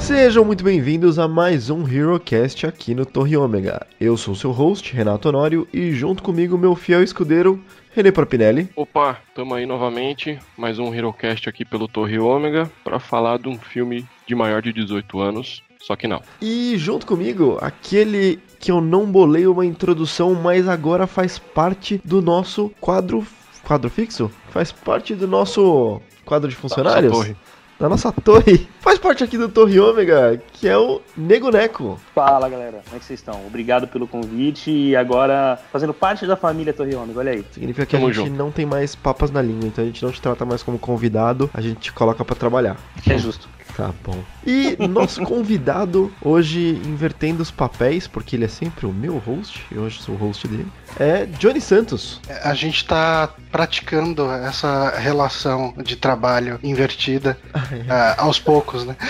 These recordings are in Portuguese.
Sejam muito bem-vindos a mais um HeroCast aqui no Torre Ômega. Eu sou o seu host, Renato Honório, e junto comigo meu fiel escudeiro, René Propinelli. Opa, tamo aí novamente, mais um HeroCast aqui pelo Torre Ômega, para falar de um filme de maior de 18 anos, só que não. E junto comigo, aquele que eu não bolei uma introdução, mas agora faz parte do nosso quadro fixo? Faz parte do nosso quadro de funcionários? Da nossa torre. Faz parte aqui do Torre Ômega, que é o Nego Neco. Fala, galera. Como é que vocês estão? Obrigado pelo convite e agora fazendo parte da família Torre Ômega, olha aí. Significa que a gente não tem mais papas na língua, então a gente não te trata mais como convidado, a gente te coloca pra trabalhar. É justo. Tá bom. E nosso convidado, hoje invertendo os papéis, porque ele é sempre o meu host, e hoje sou o host dele, é Johnny Santos. A gente tá praticando essa relação de trabalho invertida aos poucos, né?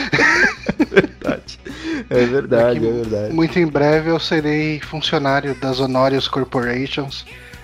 É verdade. Muito em breve eu serei funcionário das Honorius Corporations.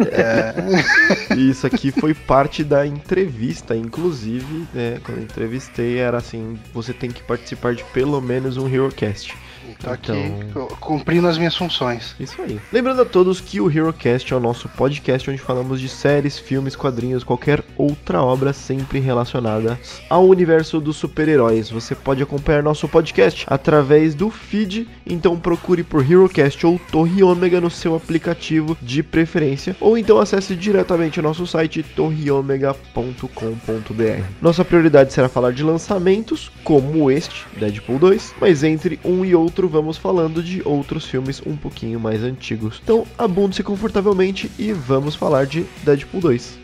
Isso aqui foi parte da entrevista, inclusive, né, quando eu entrevistei era assim, você tem que participar de pelo menos um HeroCast. Tô aqui cumprindo as minhas funções. Isso aí. Lembrando a todos que o HeroCast é o nosso podcast onde falamos de séries, filmes, quadrinhos, qualquer outra obra sempre relacionada ao universo dos super-heróis. Você pode acompanhar nosso podcast através do feed, então procure por HeroCast ou Torre Ômega no seu aplicativo de preferência, ou então acesse diretamente o nosso site torreomega.com.br. Nossa prioridade será falar de lançamentos, como este, Deadpool 2, mas entre um e outro vamos falando de outros filmes um pouquinho mais antigos. Então, abunde-se confortavelmente e vamos falar de Deadpool 2.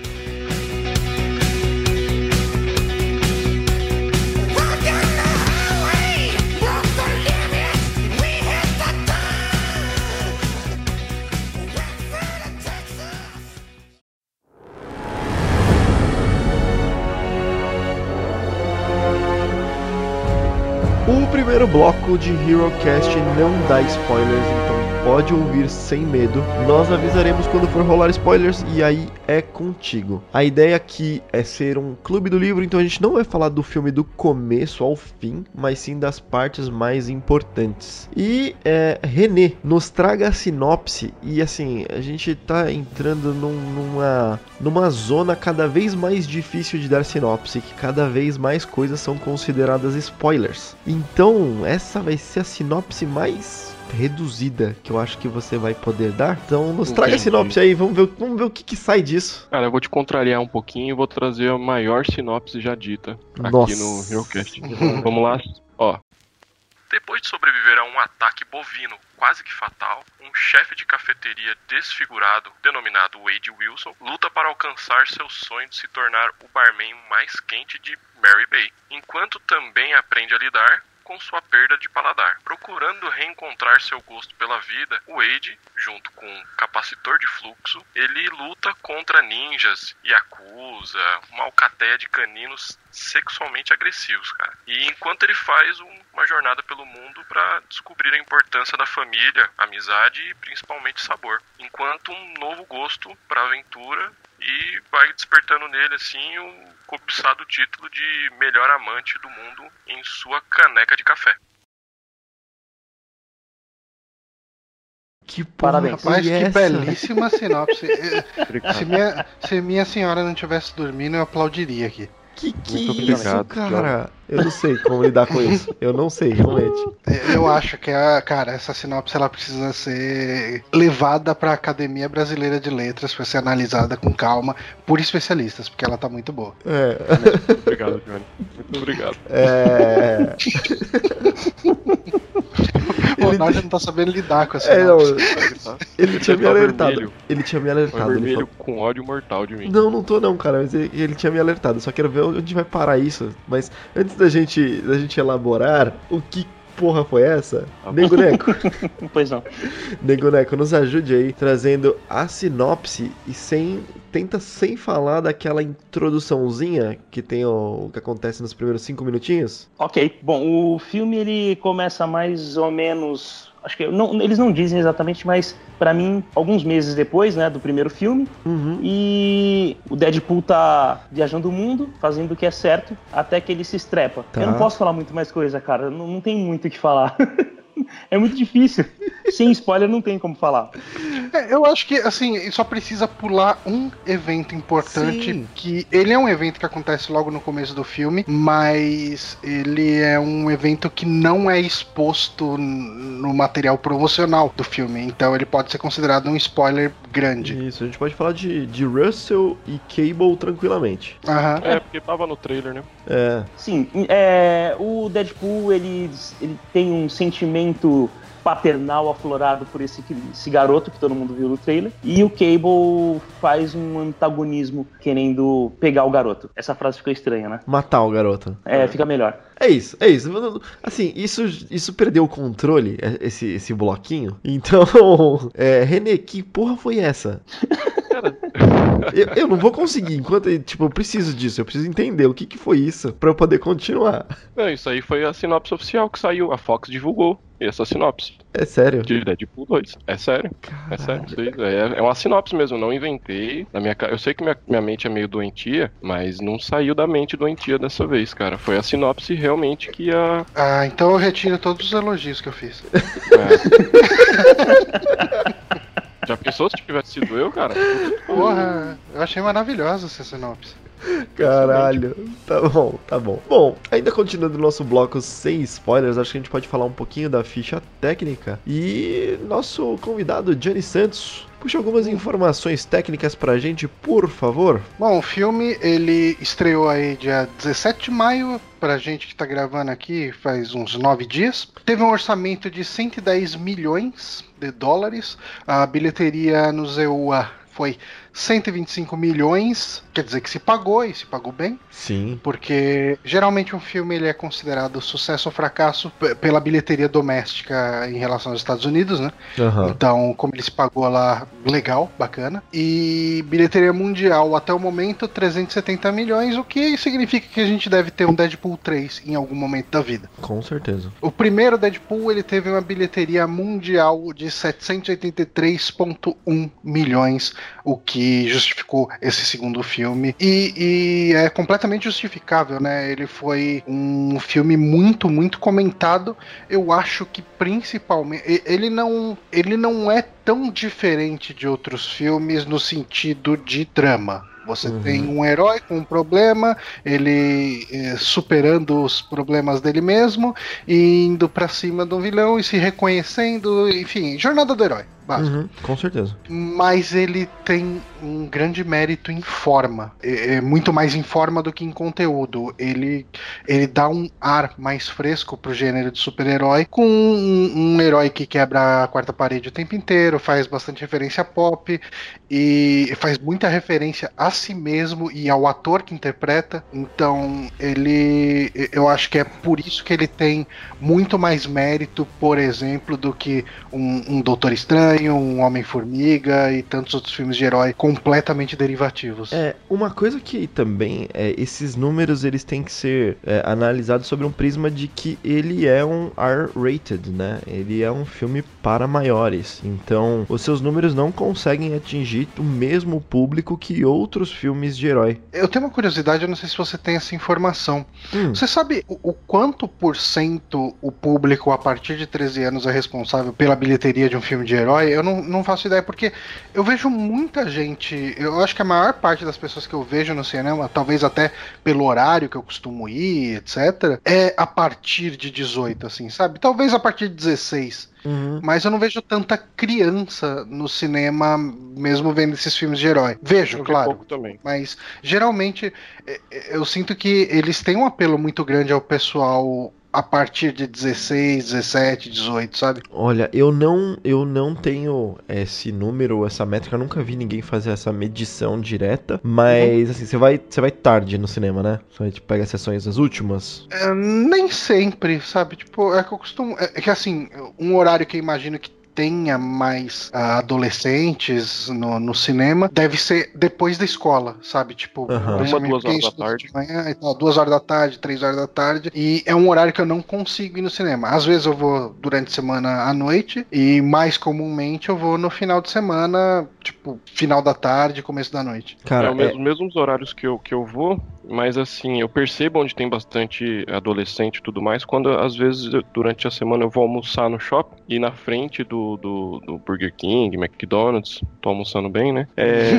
O primeiro bloco de HeroCast não dá spoilers, então pode ouvir sem medo. Nós avisaremos quando for rolar spoilers e aí é contigo. A ideia aqui é ser um clube do livro, então a gente não vai falar do filme do começo ao fim, mas sim das partes mais importantes. E René, nos traga a sinopse. E assim, a gente tá entrando numa zona cada vez mais difícil de dar sinopse, que cada vez mais coisas são consideradas spoilers. Então, essa vai ser a sinopse mais reduzida que eu acho que você vai poder dar. Então, nos traga a sinopse aí, vamos ver o que sai disso. Cara, eu vou te contrariar um pouquinho e vou trazer a maior sinopse já dita aqui no HeroCast. Vamos lá? Ó. Depois de sobreviver a um ataque bovino quase que fatal, um chefe de cafeteria desfigurado, denominado Wade Wilson, luta para alcançar seu sonho de se tornar o barman mais quente de Mary Bay, enquanto também aprende a lidar com sua perda de paladar. Procurando reencontrar seu gosto pela vida, Wade, junto com um capacitor de fluxo, ele luta contra ninjas, yakuza, uma alcateia de caninos sexualmente agressivos, cara. E enquanto ele faz uma jornada pelo mundo para descobrir a importância da família, amizade e principalmente sabor. Enquanto um novo gosto para aventura e vai despertando nele assim o cobiçado título de melhor amante do mundo em sua caneca de café. Que parabéns. Rapaz, que belíssima sinopse. Se minha senhora não estivesse dormindo, eu aplaudiria aqui. Que isso, cara? Eu não sei como lidar com isso. Eu não sei, realmente. Eu acho que, cara, essa sinopse ela precisa ser levada pra Academia Brasileira de Letras pra ser analisada com calma por especialistas, porque ela tá muito boa. Obrigado, Johnny. Muito obrigado. O Nádia não tá sabendo lidar com essa sinopse. Ele tinha me alertado. Ele tinha me alertado. Vermelho com ódio mortal de mim. Não tô não, cara. Mas ele tinha me alertado. Só quero ver onde vai parar isso. Mas antes da gente elaborar o que porra foi essa? Nego Neco. Pois não. Nego Neco, nos ajude aí, trazendo a sinopse e tenta sem falar daquela introduçãozinha que tem o que acontece nos primeiros 5 minutinhos. Ok. Bom, o filme ele começa mais ou menos acho que eles não dizem exatamente, mas pra mim, alguns meses depois, né, do primeiro filme, e o Deadpool tá viajando o mundo, fazendo o que é certo, até que ele se estrepa. Tá. Eu não posso falar muito mais coisa, cara, não tem muito o que falar. É muito difícil. Sem spoiler não tem como falar. Eu acho que, assim, só precisa pular um evento importante. Sim. Que ele é um evento que acontece logo no começo do filme, mas ele é um evento que não é exposto no material promocional do filme. Então ele pode ser considerado um spoiler grande. Isso, a gente pode falar de Russell e Cable tranquilamente. Aham. Porque tava no trailer, né? Sim, o Deadpool, ele tem um sentimento paternal aflorado por esse garoto que todo mundo viu no trailer, e o Cable faz um antagonismo querendo pegar o garoto. Essa frase ficou estranha, né? Matar o garoto. Fica melhor. É isso. Assim, isso perdeu o controle, esse bloquinho. Então, René, que porra foi essa? Cara, Eu não vou conseguir, eu preciso disso, eu preciso entender o que foi isso pra eu poder continuar. não, isso aí foi a sinopse oficial que saiu. A Fox divulgou essa sinopse É sério? de Deadpool 2. É sério. É sério. Isso aí é uma sinopse mesmo, eu não inventei. Eu sei que minha mente é meio doentia, mas não saiu da mente doentia dessa vez, cara. Foi a sinopse realmente que a... Ah, então eu retiro todos os elogios que eu fiz. Já pensou se tivesse sido eu, cara? Porra, eu achei maravilhosa essa sinopse. Caralho, tá bom. Bom, ainda continuando o nosso bloco sem spoilers, acho que a gente pode falar um pouquinho da ficha técnica. E nosso convidado, Johnny Santos, puxa algumas informações técnicas pra gente, por favor. Bom, o filme, ele estreou aí dia 17 de maio, pra gente que tá gravando aqui faz uns 9 dias. Teve um orçamento de 110 milhões de dólares. A bilheteria no EUA foi 125 milhões, quer dizer que se pagou, e se pagou bem. Sim. Porque geralmente um filme ele é considerado sucesso ou fracasso pela bilheteria doméstica em relação aos Estados Unidos, né? Uhum. Então, como ele se pagou lá, legal, bacana. E bilheteria mundial até o momento, 370 milhões, o que significa que a gente deve ter um Deadpool 3 em algum momento da vida. Com certeza. O primeiro Deadpool, ele teve uma bilheteria mundial de 783,1 milhões, o que justificou esse segundo filme. E é completamente justificável, né? Ele foi um filme muito, muito comentado. Eu acho que principalmente... Ele não é tão diferente de outros filmes no sentido de trama. Você tem um herói com um problema, ele superando os problemas dele mesmo, e indo pra cima do vilão e se reconhecendo, enfim, jornada do herói. Com certeza. Mas ele tem um grande mérito em forma. É muito mais em forma do que em conteúdo. Ele dá um ar mais fresco pro gênero de super-herói, com um herói que quebra a quarta parede o tempo inteiro, faz bastante referência a pop, e faz muita referência a si mesmo e ao ator que interpreta. Então, eu acho que é por isso que ele tem muito mais mérito, por exemplo, do que um Doutor Estranho, um Homem-Formiga e tantos outros filmes de herói completamente derivativos. Uma coisa que também esses números eles têm que ser analisados sobre um prisma de que ele é um R-rated, né? Ele é um filme para maiores. Então, os seus números não conseguem atingir o mesmo público que outros filmes de herói. Eu tenho uma curiosidade, eu não sei se você tem essa informação. Você sabe o quanto por cento o público a partir de 13 anos é responsável pela bilheteria de um filme de herói? Eu não faço ideia, porque eu vejo muita gente, eu acho que a maior parte das pessoas que eu vejo no cinema, talvez até pelo horário que eu costumo ir, etc., é a partir de 18, assim, sabe? Talvez a partir de 16. Mas eu não vejo tanta criança no cinema, mesmo vendo esses filmes de herói. Vejo, claro. Pouco também. Mas geralmente eu sinto que eles têm um apelo muito grande ao pessoal a partir de 16, 17, 18, sabe? Olha, eu não tenho esse número, essa métrica, eu nunca vi ninguém fazer essa medição direta, mas assim, você vai tarde no cinema, né? Você vai, pega as sessões as últimas? Nem sempre, sabe? Tipo, é que eu costumo... É que assim, um horário que eu imagino que tenha mais adolescentes no cinema deve ser depois da escola, sabe? Tipo, 2 horas da tarde. De manhã, 2 horas da tarde, 3 horas da tarde. E é um horário que eu não consigo ir no cinema. Às vezes eu vou durante a semana à noite e mais comumente eu vou no final de semana, tipo, final da tarde, começo da noite. Cara, os mesmos horários que eu vou, mas assim, eu percebo onde tem bastante adolescente e tudo mais, quando às vezes durante a semana eu vou almoçar no shopping e na frente do Burger King, McDonald's, tô almoçando bem, né?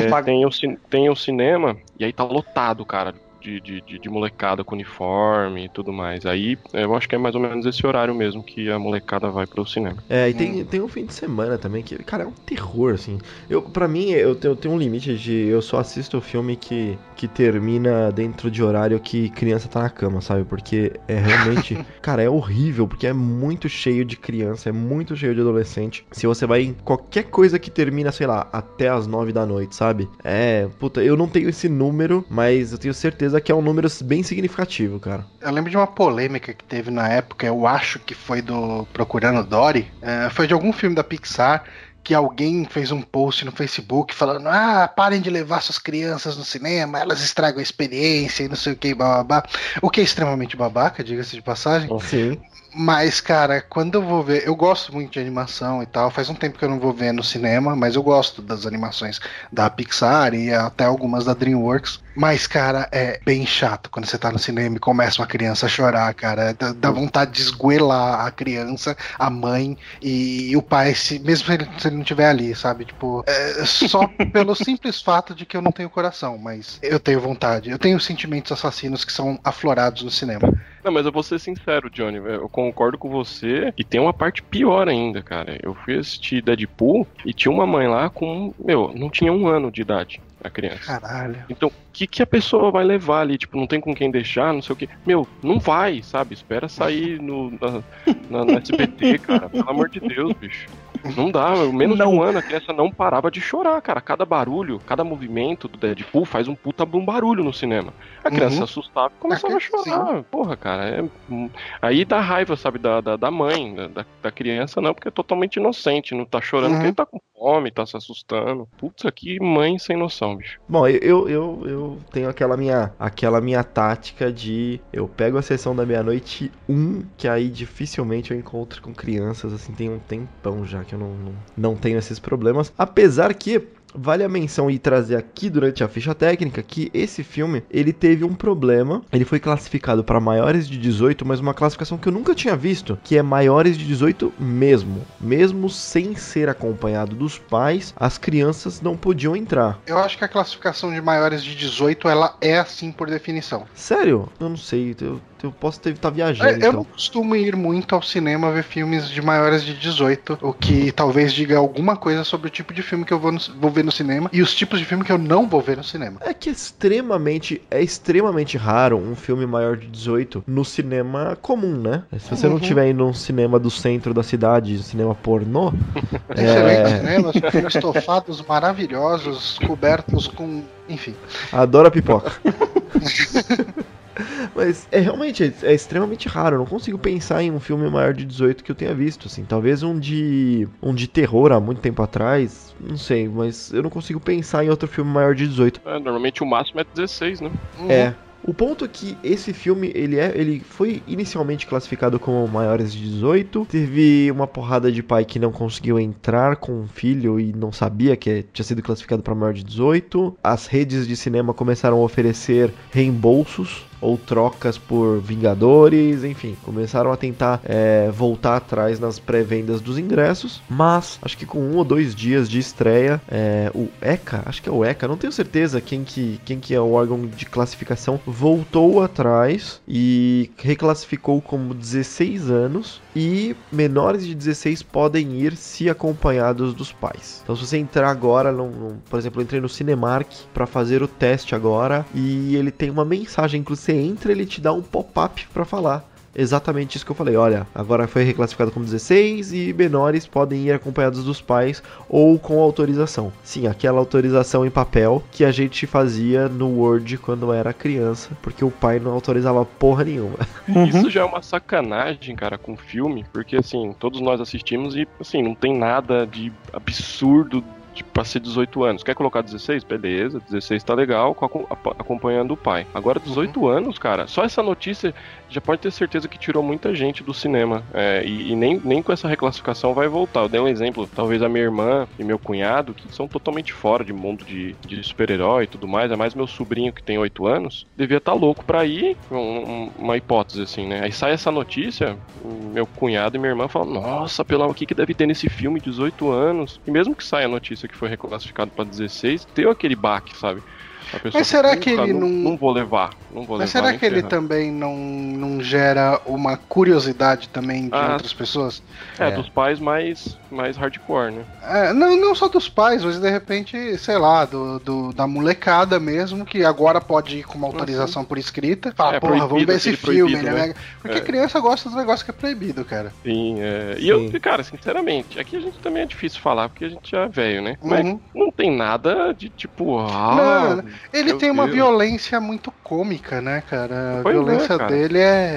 Tem o cinema e aí tá lotado, cara. De molecada com uniforme e tudo mais. Aí eu acho que é mais ou menos esse horário mesmo que a molecada vai pro cinema. E tem um fim de semana também que, cara, é um terror, assim. Pra mim, eu tenho um limite de... Eu só assisto o filme que termina dentro de horário que criança tá na cama, sabe? Porque é realmente... cara, é horrível, porque é muito cheio de criança, é muito cheio de adolescente. Se você vai em qualquer coisa que termina, sei lá, até as 9 da noite, sabe? Puta, eu não tenho esse número, mas eu tenho certeza que é um número bem significativo, cara. Eu lembro de uma polêmica que teve na época, eu acho que foi do Procurando Dory, foi de algum filme da Pixar, que alguém fez um post no Facebook falando, parem de levar suas crianças no cinema, elas estragam a experiência e não sei o que, babá. O que é extremamente babaca, diga-se de passagem. Sim. Mas, cara, quando eu vou ver... Eu gosto muito de animação e tal. Faz um tempo que eu não vou ver no cinema, mas eu gosto das animações da Pixar e até algumas da DreamWorks. Mas, cara, é bem chato quando você tá no cinema e começa uma criança a chorar, cara. Dá vontade de esgoelar a criança, a mãe e o pai, mesmo se ele não estiver ali, sabe? Tipo, só pelo simples fato de que eu não tenho coração, mas eu tenho vontade. Eu tenho sentimentos assassinos que são aflorados no cinema. Não, mas eu vou ser sincero, Johnny, eu concordo com você e tem uma parte pior ainda, cara. Eu fui assistir Deadpool e tinha uma mãe lá com, não tinha 1 ano de idade a criança. Caralho. Então, o que a pessoa vai levar ali? Tipo, não tem com quem deixar, não sei o que. Não vai, sabe? Espera sair na SBT, cara. Pelo amor de Deus, bicho. Não dá, menos de 1 ano a criança não parava de chorar, cara. Cada barulho, cada movimento do Deadpool faz um puta barulho no cinema. A criança se assustava e começava a chorar. Sim. Porra, cara, aí dá raiva, sabe, da mãe, da criança não, porque é totalmente inocente, não tá chorando porque ele tá com fome, tá se assustando. Putz, que mãe sem noção, bicho. Bom, eu tenho aquela minha tática de... Eu pego a sessão da meia-noite 1, que aí dificilmente eu encontro com crianças, assim, tem um tempão já que eu não tenho esses problemas. Apesar que vale a menção e trazer aqui durante a ficha técnica que esse filme, ele teve um problema. Ele foi classificado para maiores de 18, mas uma classificação que eu nunca tinha visto, que é maiores de 18 mesmo. Mesmo sem ser acompanhado dos pais, as crianças não podiam entrar. Eu acho que a classificação de maiores de 18, ela é assim por definição. Sério? Eu não sei, eu posso estar viajando. Eu não costumo ir muito ao cinema ver filmes de maiores de 18, o que talvez diga alguma coisa sobre o tipo de filme que eu vou ver no cinema e os tipos de filme que eu não vou ver no cinema. É que é extremamente raro um filme maior de 18 no cinema comum, né? Se você não tiver indo num cinema do centro da cidade, cinema pornô... Excelentes cinemas, com estofados maravilhosos, cobertos com... enfim. Adoro a pipoca. Mas realmente é extremamente raro. Eu não consigo pensar em um filme maior de 18 que eu tenha visto, assim. Talvez um de terror há muito tempo atrás, não sei, mas eu não consigo pensar em outro filme maior de 18. Normalmente o máximo é 16, né? O ponto é que esse filme, ele foi inicialmente classificado como maiores de 18. Teve uma porrada de pai que não conseguiu entrar com o filho e não sabia que tinha sido classificado para maior de 18. As redes de cinema começaram a oferecer reembolsos ou trocas por Vingadores, enfim, começaram a tentar voltar atrás nas pré-vendas dos ingressos, mas acho que com 1 ou 2 dias de estreia, o ECA, acho que é o ECA, não tenho certeza quem que é o órgão de classificação, voltou atrás e reclassificou como 16 anos e menores de 16 podem ir se acompanhados dos pais. Então se você entrar agora, por exemplo, eu entrei no Cinemark para fazer o teste agora e ele tem uma mensagem, inclusive você entra, ele te dá um pop-up para falar: exatamente isso que eu falei. Olha, agora foi reclassificado como 16 e menores podem ir acompanhados dos pais ou com autorização. Sim, aquela autorização em papel que a gente fazia no Word quando era criança, porque o pai não autorizava porra nenhuma. Isso já é uma sacanagem, cara, com o filme, porque assim, todos nós assistimos e assim, não tem nada de absurdo pra ser 18 anos. Quer colocar 16? Beleza, 16 tá legal, acompanhando o pai. Agora 18 anos, cara, só essa notícia já pode ter certeza que tirou muita gente do cinema. E nem com essa reclassificação vai voltar. Eu dei um exemplo, talvez a minha irmã e meu cunhado, que são totalmente fora de mundo de super-herói e tudo mais, é mais meu sobrinho que tem 8 anos, devia estar louco pra ir, uma hipótese assim, né? Aí sai essa notícia, meu cunhado e minha irmã falam, nossa, o que deve ter nesse filme, 18 anos? E mesmo que saia a notícia que foi reclassificado pra 16, deu aquele baque, sabe? Mas será que ele não vou levar. Mas será que ele também não gera uma curiosidade também de outras pessoas? Dos pais mais hardcore, né? Não só dos pais, mas de repente, sei lá, da molecada mesmo, que agora pode ir com uma autorização por escrita. Fala, porra, vamos ver esse filme, né? Porque criança gosta dos negócios que é proibido, cara. Sim, E eu, cara, sinceramente, aqui a gente também é difícil falar, porque a gente já é velho, né? Mas não tem nada de tipo... Ele tem uma violência muito cômica, né, cara? A violência dele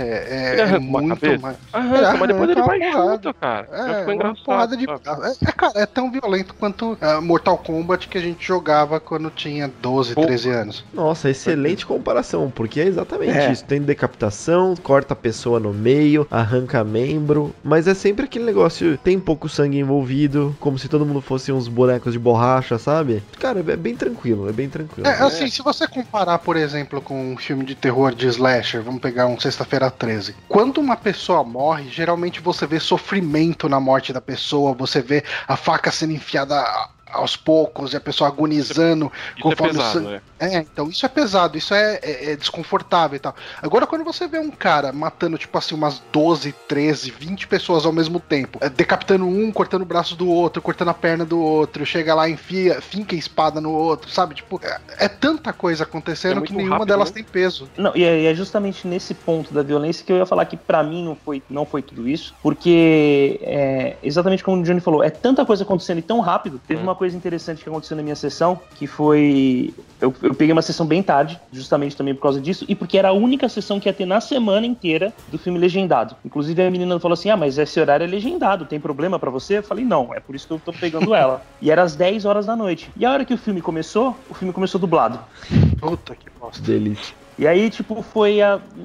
é muito mais... mas depois ele vai junto, cara. Já ficou engraçado. Cara, é tão violento quanto Mortal Kombat que a gente jogava quando tinha 12, 13 anos. Nossa, excelente comparação, porque é exatamente isso. Tem decapitação, corta a pessoa no meio, arranca membro, mas é sempre aquele negócio, tem pouco sangue envolvido, como se todo mundo fosse uns bonecos de borracha, sabe? Cara, é bem tranquilo, Assim, se você comparar, por exemplo, com um filme de terror de slasher, vamos pegar um Sexta-feira 13. Quando uma pessoa morre, geralmente você vê sofrimento na morte da pessoa, você vê a faca sendo enfiada aos poucos e a pessoa agonizando conforme pesado, o sangue. Então isso é pesado, isso é desconfortável e tal. Agora, quando você vê um cara matando, tipo assim, umas 12, 13, 20 pessoas ao mesmo tempo, decapitando um, cortando o braço do outro, cortando a perna do outro, chega lá e finca a espada no outro, sabe? Tipo, é tanta coisa acontecendo que nenhuma rápido, delas tem peso. Não, e é justamente nesse ponto da violência que eu ia falar que pra mim não foi tudo isso, porque exatamente como o Johnny falou, é tanta coisa acontecendo e tão rápido. Teve uma coisa interessante que aconteceu na minha sessão, que foi... Eu peguei uma sessão bem tarde, justamente também por causa disso, e porque era a única sessão que ia ter na semana inteira do filme legendado. Inclusive a menina falou assim, mas esse horário é legendado, tem problema pra você? Eu falei, não, é por isso que eu tô pegando ela. E era às 10 horas da noite. E a hora que o filme começou dublado. Puta que bosta. Delícia. E aí, tipo, foi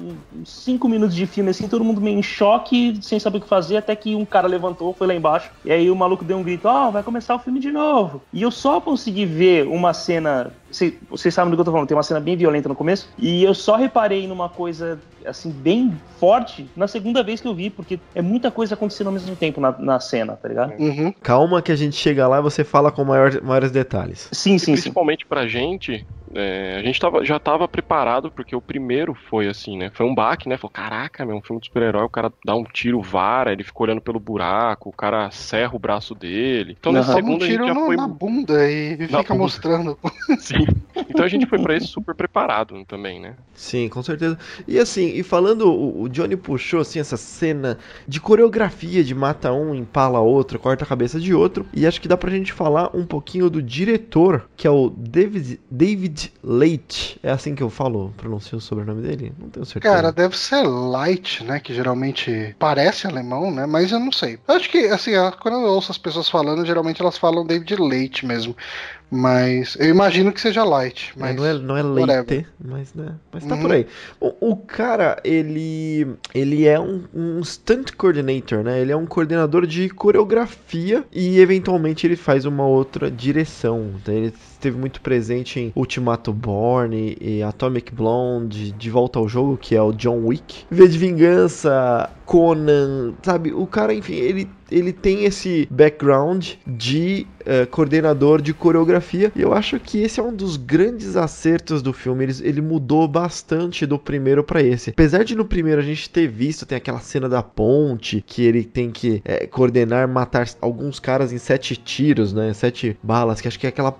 5 minutos de filme, assim, todo mundo meio em choque, sem saber o que fazer, até que um cara levantou, foi lá embaixo, e aí o maluco deu um grito, vai começar o filme de novo. E eu só consegui ver uma cena, vocês sabem do que eu tô falando, tem uma cena bem violenta no começo, e eu só reparei numa coisa, assim, bem forte na segunda vez que eu vi, porque é muita coisa acontecendo ao mesmo tempo na cena, tá ligado? Uhum. Calma que a gente chega lá e você fala com maiores detalhes. Sim. Principalmente pra gente... a gente já tava preparado, porque o primeiro foi assim, né? Foi um baque, né? Falou, caraca, um filme de super-herói, o cara dá um tiro, vara, ele fica olhando pelo buraco, o cara serra o braço dele. Então nesse segundo um tiro a gente já foi... na bunda e fica mostrando. Sim. Então a gente foi pra esse super preparado também, né? Sim, com certeza. E assim, e falando, o Johnny puxou assim essa cena de coreografia de mata um, empala outro, corta a cabeça de outro, e acho que dá pra gente falar um pouquinho do diretor, que é o David Leitch. É assim que eu falo, pronuncio o sobrenome dele? Não tenho certeza. Cara, deve ser Light, né? Que geralmente parece alemão, né? Mas eu não sei. Eu acho que, assim, quando eu ouço as pessoas falando, geralmente elas falam David Leitch mesmo. Mas eu imagino que seja Light. Mas não é Leite, mas né? Mas tá por aí. O cara, ele é um stunt coordinator, né? Ele é um coordenador de coreografia e eventualmente ele faz uma outra direção. Então, ele esteve muito presente em Ultimato Bourne e Atomic Blonde, De Volta ao Jogo, que é o John Wick, V de Vingança, Conan, sabe? O cara, enfim, ele tem esse background de coordenador de coreografia, e eu acho que esse é um dos grandes acertos do filme. Ele mudou bastante do primeiro pra esse. Apesar de no primeiro a gente ter visto, tem aquela cena da ponte, que ele tem que coordenar, matar alguns caras em 7 tiros, né? 7 balas, que acho que é a cena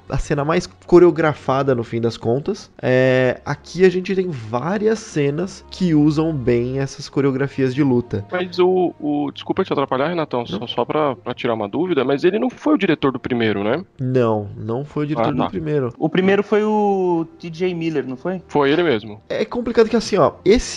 mais coreografada no fim das contas. Aqui a gente tem várias cenas que usam bem essas coreografias de luta. Mas desculpa te atrapalhar, Renatão, só pra tirar uma dúvida, mas ele não foi o diretor do primeiro, né? Não foi o diretor do primeiro. O primeiro foi o T.J. Miller, não foi? Foi ele mesmo. É complicado que assim, ó,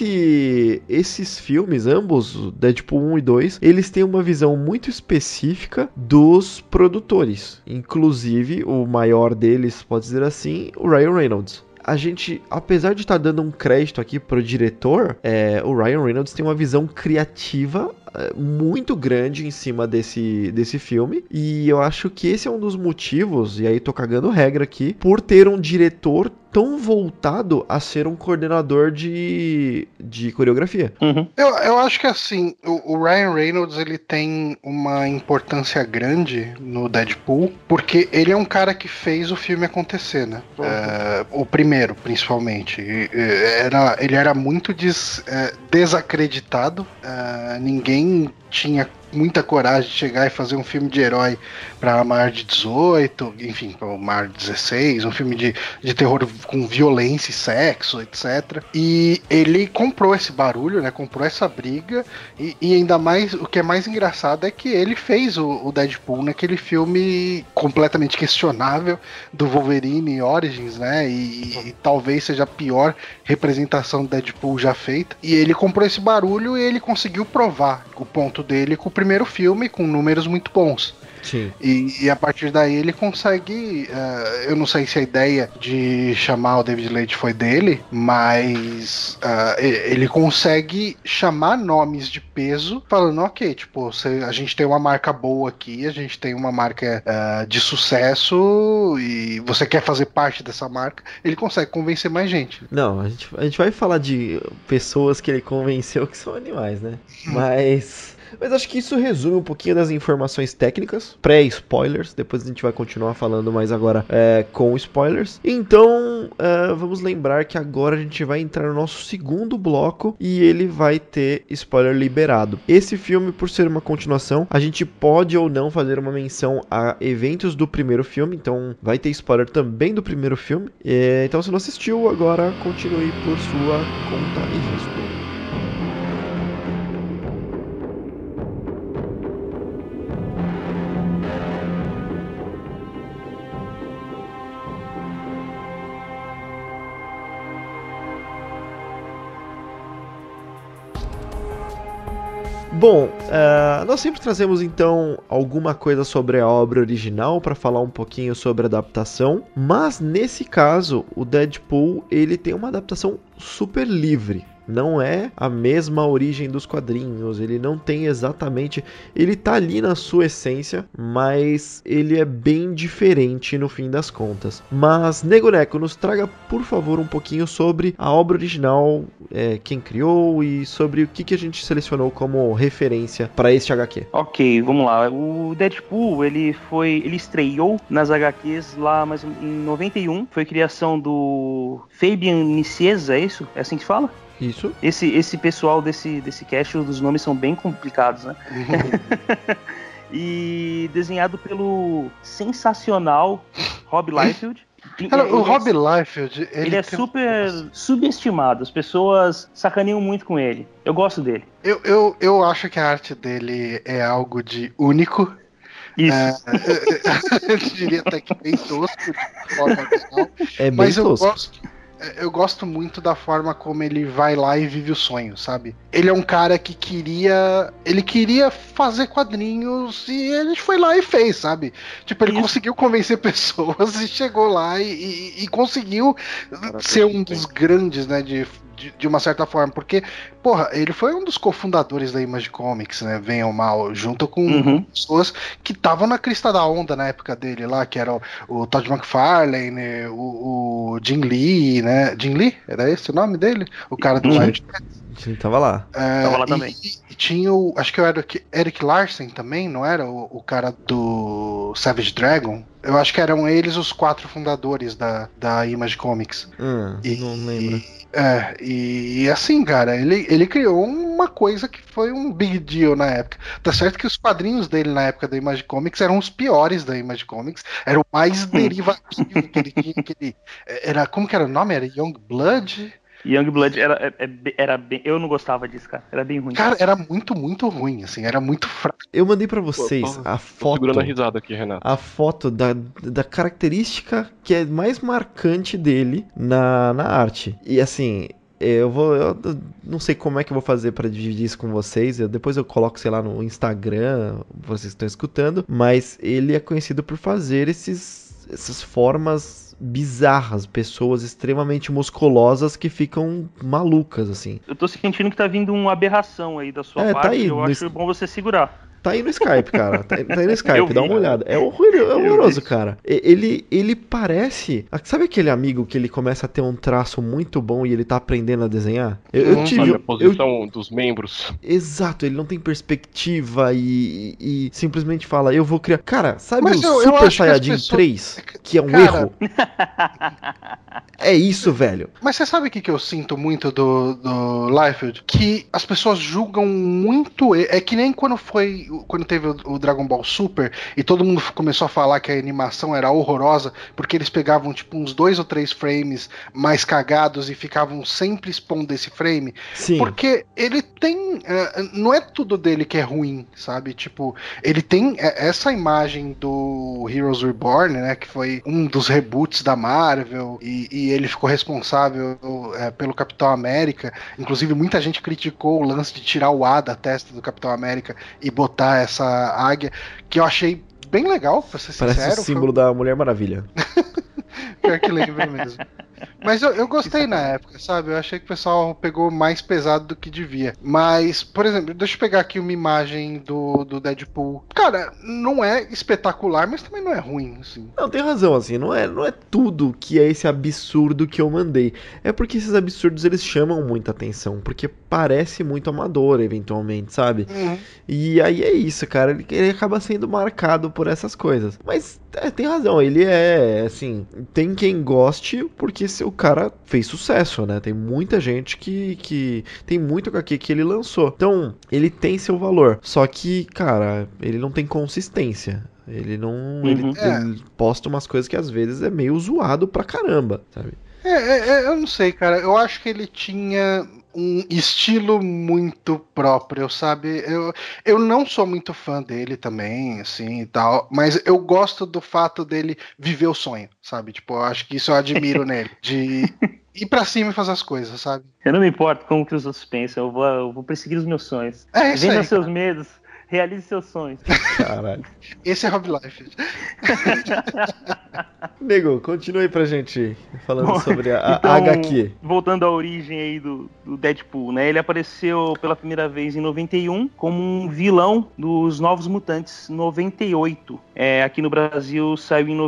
esses filmes, ambos, Deadpool 1 e 2, eles têm uma visão muito específica dos produtores. Inclusive, o maior deles, pode dizer assim, o Ryan Reynolds. A gente, apesar de estar dando um crédito aqui pro diretor, o Ryan Reynolds tem uma visão criativa muito grande em cima desse filme, e eu acho que esse é um dos motivos, e aí tô cagando regra aqui, por ter um diretor tão voltado a ser um coordenador de coreografia. Uhum. Eu acho que assim, o Ryan Reynolds, ele tem uma importância grande no Deadpool, porque ele é um cara que fez o filme acontecer, né? O primeiro, principalmente. Ele era muito desacreditado, ninguém tinha muita coragem de chegar e fazer um filme de herói para maior de 18, enfim, para maior de 16, um filme de terror com violência e sexo, etc. E ele comprou esse barulho, né? Comprou essa briga, e ainda mais, o que é mais engraçado é que ele fez o Deadpool naquele filme completamente questionável do Wolverine Origins, né? E talvez seja a pior representação do Deadpool já feita. E ele comprou esse barulho e ele conseguiu provar o ponto dele com o primeiro filme, com números muito bons. Sim. E a partir daí ele consegue, eu não sei se a ideia de chamar o David Leitch foi dele, mas ele consegue chamar nomes de peso, falando, ok, tipo, a gente tem uma marca boa aqui, a gente tem uma marca de sucesso, e você quer fazer parte dessa marca, ele consegue convencer mais gente. Não, a gente vai falar de pessoas que ele convenceu que são animais, né? Mas acho que isso resume um pouquinho das informações técnicas, pré-spoilers. Depois a gente vai continuar falando mais agora com spoilers. Então, vamos lembrar que agora a gente vai entrar no nosso segundo bloco e ele vai ter spoiler liberado. Esse filme, por ser uma continuação, a gente pode ou não fazer uma menção a eventos do primeiro filme. Então, vai ter spoiler também do primeiro filme. Então, se não assistiu, agora continue por sua conta e risco. Bom, nós sempre trazemos então alguma coisa sobre a obra original para falar um pouquinho sobre a adaptação, mas nesse caso o Deadpool ele tem uma adaptação super livre. Não é a mesma origem dos quadrinhos, ele não tem exatamente... Ele tá ali na sua essência, mas ele é bem diferente no fim das contas. Mas, Nego Neco, nos traga, por favor, um pouquinho sobre a obra original, quem criou e sobre o que a gente selecionou como referência para este HQ. Ok, vamos lá. O Deadpool, ele estreou nas HQs lá mas em 91. Foi criação do Fabian Nicieza, é isso? É assim que fala? Isso. Esse pessoal desse cast, os nomes são bem complicados, né? E desenhado pelo sensacional Rob Liefeld. Cara, o Rob Liefeld... Ele é super subestimado. As pessoas sacaneiam muito com ele. Eu gosto dele. Eu acho que a arte dele é algo de único. Isso. Eu diria até que bem tosco, de forma geral. É bem mas tosco. Eu gosto muito da forma como ele vai lá e vive o sonho, sabe? Ele é um cara que queria fazer quadrinhos e ele foi lá e fez, sabe? Tipo, ele conseguiu convencer pessoas e chegou lá e conseguiu ser um dos grandes, né, de uma certa forma, porque, porra, ele foi um dos cofundadores da Image Comics, né, bem ou mal, junto com pessoas que estavam na crista da onda na época dele lá, que era o Todd McFarlane, o Jim Lee, né, Jim Lee? Era esse o nome dele? O cara do Wild Cats. Sim, tava lá. Tava lá também. E tinha acho que era Eric Larsen também, não era? O cara do Savage Dragon. Eu acho que eram eles os 4 fundadores da Image Comics. Não lembro. E assim, cara, ele criou uma coisa que foi um big deal na época. Tá certo que os quadrinhos dele na época da Image Comics eram os piores da Image Comics, era o mais derivativo que ele tinha, como que era o nome? Era Young Blood? Youngblood era bem. Eu não gostava disso, cara. Era bem ruim. Cara, era muito, muito ruim, assim, era muito fraco. Eu mandei pra vocês a foto. Tô segurando a risada aqui, Renato. A foto da característica que é mais marcante dele na arte. E assim. Eu não sei como é que eu vou fazer pra dividir isso com vocês. Depois eu coloco, sei lá, no Instagram, vocês estão escutando. Mas ele é conhecido por fazer essas formas bizarras, pessoas extremamente musculosas que ficam malucas, assim. Eu tô sentindo que tá vindo uma aberração aí da sua parte. Tá aí, eu acho bom você segurar. Tá aí no Skype, cara. Tá aí no Skype, dá uma olhada. É horroroso, cara. Ele parece... Sabe aquele amigo que ele começa a ter um traço muito bom e ele tá aprendendo a desenhar? Eu tive... A posição dos membros. Exato, ele não tem perspectiva e simplesmente fala, eu vou criar... Cara, sabe Mas o Super Saiyajin 3? Que é um erro? É isso, velho. Mas você sabe o que eu sinto muito do Liefeld? Que as pessoas julgam muito... É que nem quando teve o Dragon Ball Super e todo mundo começou a falar que a animação era horrorosa porque eles pegavam tipo uns 2 ou 3 frames mais cagados e ficavam sempre expondo esse frame. Sim. Porque ele tem... não é tudo dele que é ruim, sabe? Tipo, ele tem essa imagem do Heroes Reborn, né? Que foi um dos reboots da Marvel e ele ficou responsável pelo Capitão América. Inclusive, muita gente criticou o lance de tirar o A da testa do Capitão América e botar essa águia, que eu achei bem legal, pra ser sincero. Parece o símbolo da Mulher Maravilha. Pior que lembra mesmo. Mas eu gostei na época, sabe? Eu achei que o pessoal pegou mais pesado do que devia. Mas, por exemplo, deixa eu pegar aqui uma imagem do Deadpool. Cara, não é espetacular, mas também não é ruim, assim. Não, tem razão, assim, não é tudo que é esse absurdo que eu mandei. É porque esses absurdos, eles chamam muita atenção, porque parece muito amador, eventualmente, sabe? E aí é isso, cara, ele acaba sendo marcado por essas coisas. Mas tem razão, ele é, assim, tem quem goste, porque o cara fez sucesso, né? Tem muita gente que tem muito HQ que ele lançou. Então, ele tem seu valor. Só que, cara, ele não tem consistência. Ele não... Ele posta umas coisas que às vezes é meio zoado pra caramba, sabe? Eu não sei, cara. Eu acho que ele tinha um estilo muito próprio, sabe? Eu não sou muito fã dele também, assim, e tal, mas eu gosto do fato dele viver o sonho, sabe? Tipo, eu acho que isso eu admiro nele, de ir pra cima e fazer as coisas, sabe? Eu não me importo como que os outros pensam, eu vou perseguir os meus sonhos. É isso aí. Vença seus medos, realize seus sonhos. Caralho. Esse é Rob Liefeld. Nego, continue pra gente falando sobre a então, HQ. Voltando à origem aí do Deadpool, né? Ele apareceu pela primeira vez em 91 como um vilão dos Novos Mutantes 98. Aqui no Brasil saiu em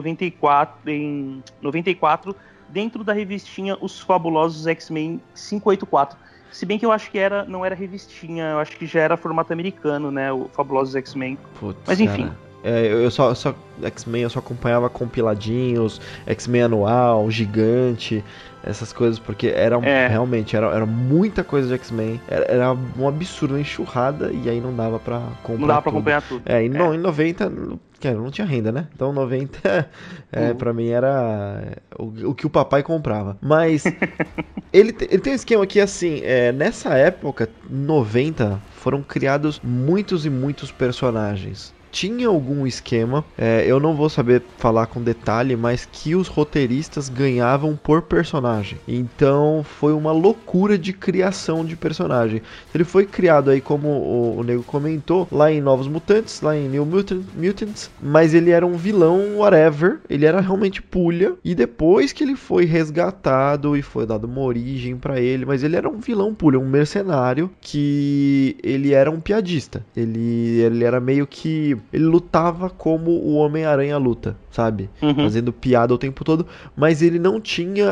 94, dentro da revistinha Os Fabulosos X-Men 584. Se bem que eu acho que não era revistinha, eu acho que já era formato americano, né? O Fabulosos X-Men. Mas enfim. Cara. Eu só X-Men eu só acompanhava compiladinhos, X-Men anual, gigante, essas coisas, porque realmente era muita coisa de X-Men, era um absurdo, uma enxurrada, e aí não dava pra comprar Não dava pra tudo. acompanhar tudo. Em 90, não tinha renda, né? Então 90 pra mim era o que o papai comprava. Mas ele tem um esquema que, assim, nessa época, 90, foram criados muitos e muitos personagens. Tinha algum esquema, eu não vou saber falar com detalhe, mas que os roteiristas ganhavam por personagem. Então foi uma loucura de criação de personagem. Ele foi criado aí, como o Nego comentou, lá em Novos Mutantes, lá em New Mutants, mas ele era um vilão whatever, ele era realmente pulha, e depois que ele foi resgatado e foi dado uma origem pra ele, mas ele era um vilão pulha, um mercenário, que ele era um piadista. Ele era meio que... Ele lutava como o Homem-Aranha luta, sabe? Fazendo piada o tempo todo, mas ele não tinha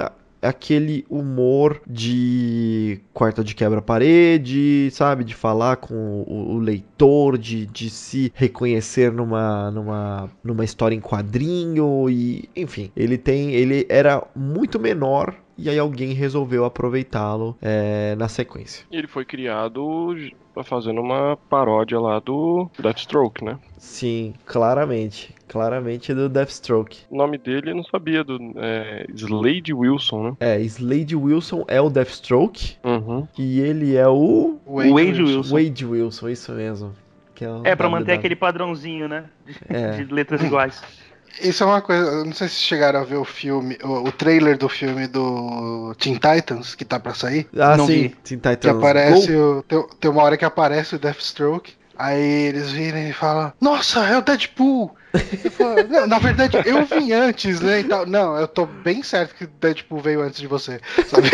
aquele humor de quarta de quebra-parede, sabe? De falar com o leitor, de se reconhecer numa história em quadrinho e, enfim, ele era muito menor. E aí alguém resolveu aproveitá-lo na sequência. E ele foi criado fazendo uma paródia lá do Deathstroke, né? Sim, claramente. Claramente do Deathstroke. O nome dele eu não sabia, Slade Wilson, né? Slade Wilson é o Deathstroke. Uhum. E ele é o Wade Wilson. Wade Wilson, isso mesmo. Que pra manter aquele padrãozinho, né? De letras iguais. Isso é uma coisa, eu não sei se chegaram a ver o filme, o trailer do filme do Teen Titans, que tá pra sair. Não sim, Teen Titans. Que aparece, tem uma hora que aparece o Deathstroke, aí eles viram e falam, nossa, é o Deadpool! Falo, não, na verdade, eu vim antes, né, e tal. Não, eu tô bem certo que o Deadpool veio antes de você, sabe?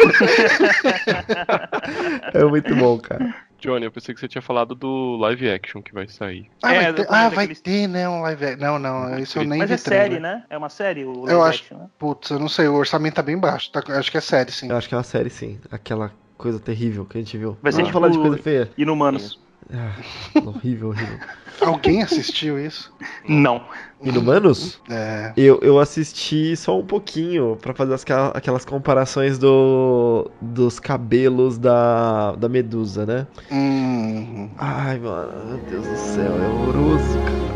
É muito bom, cara. Johnny, eu pensei que você tinha falado do live action que vai sair. Vai ter, né, um live action. Não, isso eu nem vi. Mas é série, né? É uma série o live eu action, acho, né? Putz, eu não sei, o orçamento tá bem baixo, acho que é série, sim. Eu acho que é uma série, sim. Aquela coisa terrível que a gente viu. Vai ser falar de coisa feia. Inumanos. Horrível. Alguém assistiu isso? Não. Inumanos? É. Eu assisti só um pouquinho pra fazer aquelas comparações dos cabelos da Medusa, né? Ai, mano, meu Deus do céu, é horroroso, cara.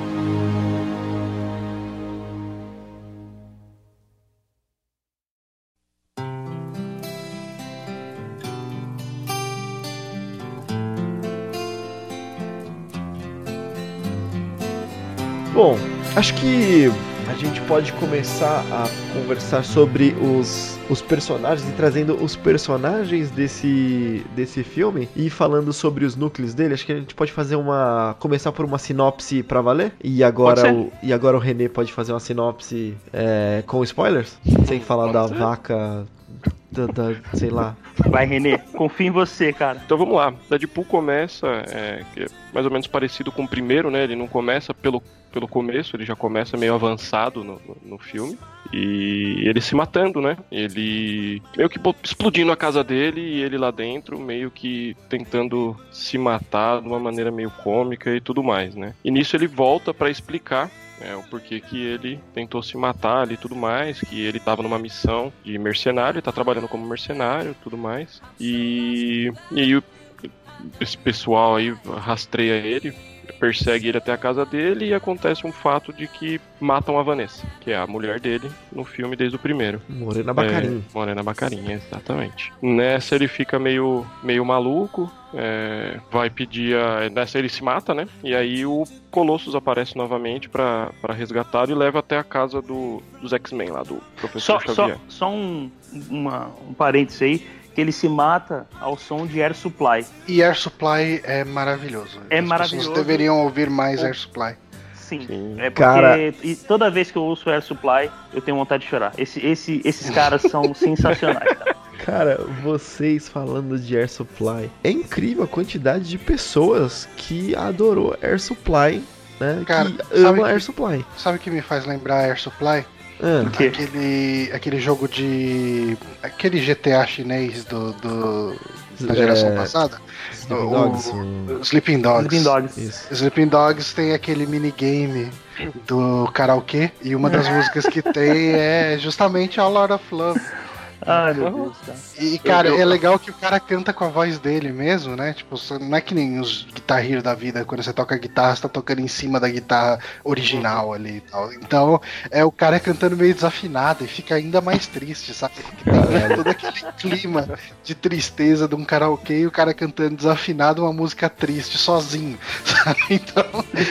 Bom, acho que a gente pode começar a conversar sobre os personagens e trazendo os personagens desse filme e falando sobre os núcleos dele. Acho que a gente pode fazer começar por uma sinopse pra valer e agora o René pode fazer uma sinopse com spoilers, sem falar da vaca, sei lá. Vai, René, confio em você, cara. Então vamos lá. Deadpool começa que é mais ou menos parecido com o primeiro, né? Ele não começa pelo começo, ele já começa meio avançado no filme. E ele se matando, né? Ele meio que explodindo a casa dele e ele lá dentro meio que tentando se matar de uma maneira meio cômica e tudo mais, né? E nisso ele volta pra explicar o porquê que ele tentou se matar ali e tudo mais, que ele tava numa missão de mercenário, ele tá trabalhando como mercenário e tudo mais. E aí esse pessoal aí rastreia ele, persegue ele até a casa dele e acontece um fato de que matam a Vanessa, que é a mulher dele no filme desde o primeiro. Morena Baccarin. Morena Baccarin, exatamente. Nessa ele fica meio maluco, vai pedir nessa ele se mata, né? E aí o Colossus aparece novamente pra resgatá-lo e leva até a casa dos X-Men lá, do Professor Xavier. Só um parênteses aí, que ele se mata ao som de Air Supply. E Air Supply é maravilhoso. As pessoas deveriam ouvir mais Air Supply. Sim. É porque toda vez que eu ouço Air Supply, eu tenho vontade de chorar. Esses caras são sensacionais, cara. Cara, vocês falando de Air Supply, é incrível a quantidade de pessoas que adorou Air Supply, né? Cara, que ama Air Supply. Sabe o que me faz lembrar Air Supply? Aquele jogo de... Aquele GTA chinês da geração passada. Sleeping Dogs. Sleeping Dogs tem aquele minigame do karaokê e uma das músicas que tem é justamente A Lot of Love. Ai, meu Deus, cara. E, cara, é legal que o cara canta com a voz dele mesmo, né? Tipo, não é que nem os Guitar Hero da vida, quando você toca guitarra, você tá tocando em cima da guitarra original ali e tal. Então, é o cara cantando meio desafinado e fica ainda mais triste, sabe? Tem todo aquele clima de tristeza de um karaokê e o cara cantando desafinado uma música triste, sozinho, sabe? Então,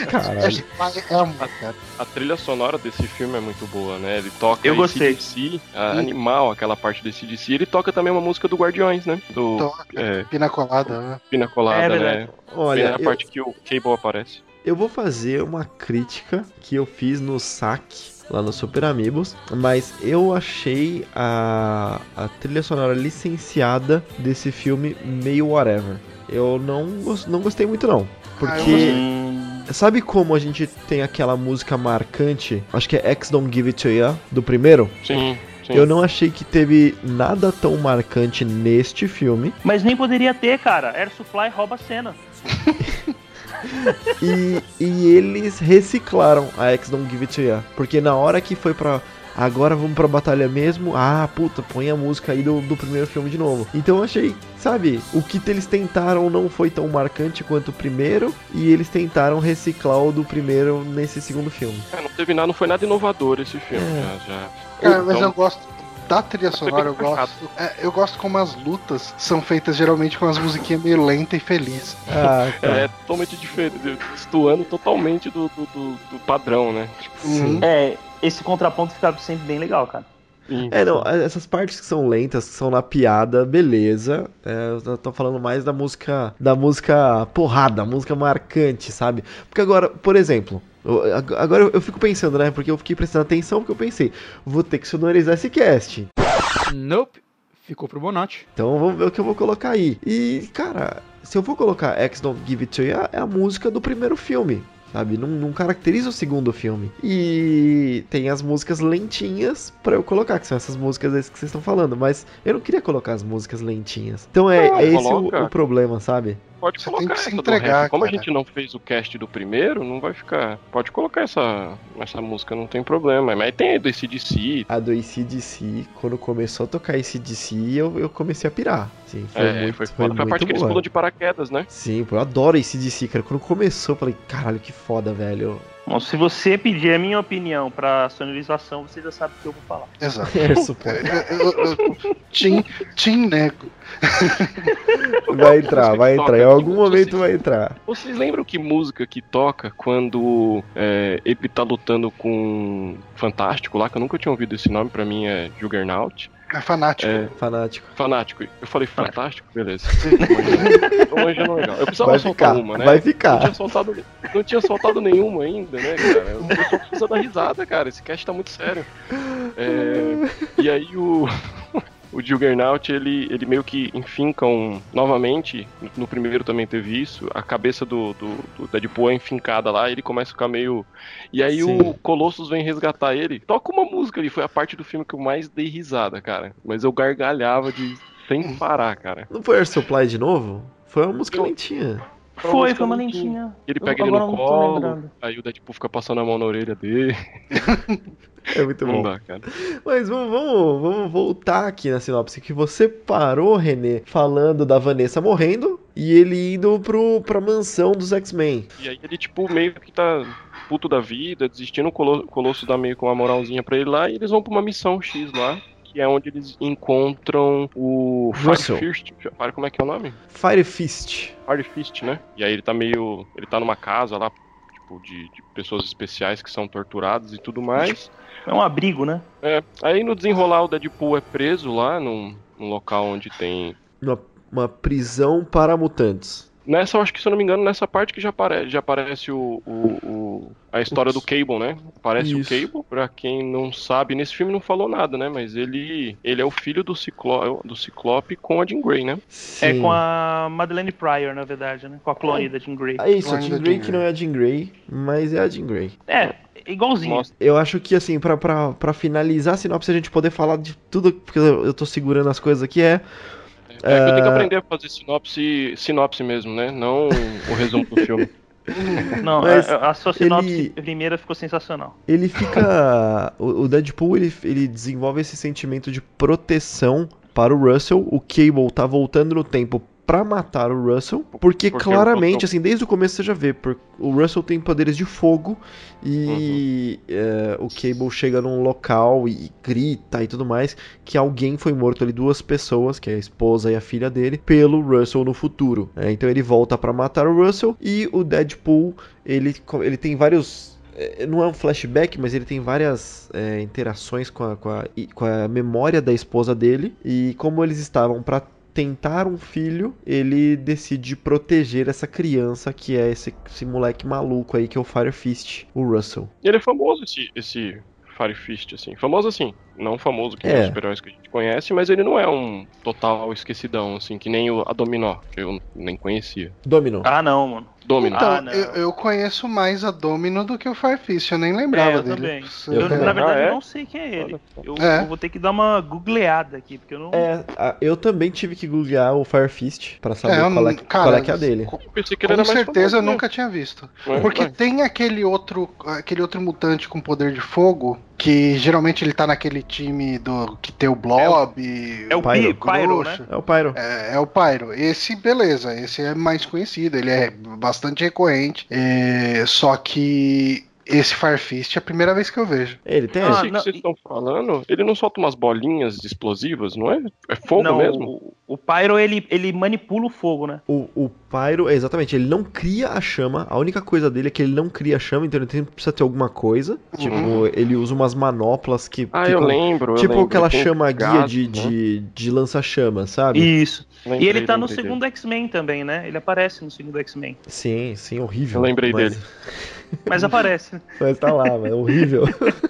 a trilha sonora desse filme é muito boa, né? Ele toca AC/DC, animal, aquela parte desse DC. Ele toca também uma música do Guardiões, né? Pina Colada, né? Pina Colada, né? Olha, a parte que o Cable aparece. Eu vou fazer uma crítica que eu fiz no saque lá no Super Amigos, mas eu achei a trilha sonora licenciada desse filme meio whatever. Eu não gostei muito não, porque sabe como a gente tem aquela música marcante, acho que é X Don't Give It To You, do primeiro? Sim. Eu não achei que teve nada tão marcante neste filme. Mas nem poderia ter, cara. Air Supply rouba a cena. E eles reciclaram a X Don't Give It To Ya. Porque na hora que foi pra... Agora vamos pra batalha mesmo. Ah, puta, põe a música aí do primeiro filme de novo. Então eu achei, sabe, o que eles tentaram não foi tão marcante quanto o primeiro. E eles tentaram reciclar o do primeiro nesse segundo filme. Não teve nada, não foi nada inovador esse filme. Cara, mas eu gosto da trilha sonora, eu gosto como as lutas são feitas geralmente com as musiquinhas meio lenta e feliz. Ah, tá. É totalmente diferente, destoando totalmente do padrão, né? Sim. Esse contraponto fica sempre bem legal, cara. Não, essas partes que são lentas, que são na piada, beleza. Eu tô falando mais da música porrada, música marcante, sabe? Porque agora, por exemplo, agora eu fico pensando, né? Porque eu fiquei prestando atenção, porque eu pensei, vou ter que sonorizar esse cast. Nope, ficou pro Bonatti. Então vamos ver o que eu vou colocar aí. E, cara, se eu for colocar X Don't Give It To You, é a música do primeiro filme. Sabe, não caracteriza o segundo filme. E tem as músicas lentinhas pra eu colocar, que são essas músicas que vocês estão falando. Mas eu não queria colocar as músicas lentinhas. Então é esse o problema, sabe? Pode Você colocar tem que se essa entregar, do Como cara. a gente não fez o cast do primeiro, não vai ficar... Pode colocar essa música, não tem problema. Mas tem a do AC/DC. A do AC/DC, quando começou a tocar AC/DC, eu comecei a pirar. Sim, Foi a parte que eles pulam de paraquedas, né? Sim, eu adoro AC/DC, cara. Quando começou, eu falei, caralho, que foda, velho. Bom, se você pedir a minha opinião pra sonorização, você já sabe o que eu vou falar. Exato. Tim nego. Vai entrar. Em algum momento vai entrar. Vocês lembram que música que toca quando ele tá lutando com Fantástico lá, que eu nunca tinha ouvido esse nome, pra mim é Juggernaut. É fanático. Fanático. Eu falei Fantástico? Beleza. Hoje não é legal. Eu precisava Vai soltar ficar, uma, né? vai ficar. Não tinha soltado nenhuma ainda, né, cara? O pessoal precisa dar risada, cara. Esse cast tá muito sério. E aí o Juggernaut, ele meio que enfincam novamente, no primeiro também teve isso, a cabeça do Deadpool é enfincada lá, ele começa a ficar meio... E aí Sim. o Colossus vem resgatar ele, toca uma música ali, foi a parte do filme que eu mais dei risada, cara. Mas eu gargalhava sem parar, cara. Não foi Air Supply de novo? Foi uma música lentinha. Foi uma lentinha. Ele pega ele no colo, aí o Deadpool fica passando a mão na orelha dele. É muito bom. Não dá, cara. Mas vamos voltar aqui na sinopse, que você parou, René, falando da Vanessa morrendo e ele indo pra mansão dos X-Men. E aí ele, tipo, meio que tá puto da vida, desistindo, o Colossus dá meio com uma moralzinha pra ele lá, e eles vão pra uma missão X lá, que é onde eles encontram o Russell. Fire Fist. Como é que é o nome? Fire Fist. Fire Fist, né? E aí ele tá numa casa lá, tipo, de pessoas especiais que são torturadas e tudo mais. É um abrigo, né? Aí no desenrolar o Deadpool é preso lá num local onde tem... Uma prisão para mutantes. Nessa, eu acho que, se eu não me engano, nessa parte que já aparece a história do Cable, né? Aparece Isso. o Cable, pra quem não sabe, nesse filme não falou nada, né? Mas ele é o filho do Ciclope com a Jean Grey, né? Sim. É com a Madeleine Pryor, na verdade, né? Com a clone da Jean Grey. É isso, a Clone Jean da Grey Jean que não é a Jean Grey, mas é a Jean Grey. Igualzinho. Mostra. Eu acho que, assim, pra finalizar a sinopse, a gente poder falar de tudo, porque eu tô segurando as coisas aqui, Que eu tenho que aprender a fazer sinopse mesmo, né? Não o resumo do filme. Não, Mas a sua sinopse ele- primeira ficou sensacional. Ele fica... O Deadpool, ele desenvolve esse sentimento de proteção para o Russell. O Cable tá voltando no tempo pra matar o Russell, porque claramente, o Russell- assim, desde o começo você já vê, o Russell tem poderes de fogo e o Cable chega num local e grita e tudo mais, que alguém foi morto ali, 2 pessoas, que é a esposa e a filha dele, pelo Russell no futuro. Então ele volta pra matar o Russell e o Deadpool, ele tem vários... Não é um flashback, mas ele tem várias interações com a memória da esposa dele, e como eles estavam pra tentar um filho, ele decide proteger essa criança, que é esse moleque maluco aí, que é o Fire Fist, o Russell. E ele é famoso, esse Fire Fist, assim. Famoso assim, não famoso que nem os super-heróis que a gente conhece, mas ele não é um total esquecidão, assim, que nem a Dominó, que eu nem conhecia. Domino. Ah, não, mano. Domino. Então, eu conheço mais a Domino do que o Fire Fist, eu nem lembrava dele. Também. Eu também. Na verdade, eu não sei quem é ele. Eu vou ter que dar uma googleada aqui, porque eu não... Eu também tive que googlear o Fire Fist pra saber qual é que é a dele. Eu pensei que Com ele era mais certeza eu famoso, nunca tinha visto. É, Porque tem aquele outro mutante com poder de fogo, que geralmente ele tá naquele time que tem o Blob. É o Pyro, né? É o Pyro. É o Pyro. Esse, beleza, esse é mais conhecido, ele é bastante recorrente. Só que esse Fire Fist é a primeira vez que eu vejo. Ele tem? Esse que vocês estão falando, ele não solta umas bolinhas explosivas, não é? É fogo mesmo? O Pyro, ele manipula o fogo, né? O Pyro, exatamente, ele não cria a chama. A única coisa dele é que ele não cria a chama, então ele sempre precisa ter alguma coisa. Tipo, ele usa umas manoplas que... eu lembro. Tipo aquela chama guia gás, de lança-chama, sabe? Isso. Lembrei, e ele tá no dele. segundo X-Men também, né? Ele aparece no segundo X-Men. Sim, horrível. Eu lembrei dele. Mas aparece. Mas tá lá, é horrível.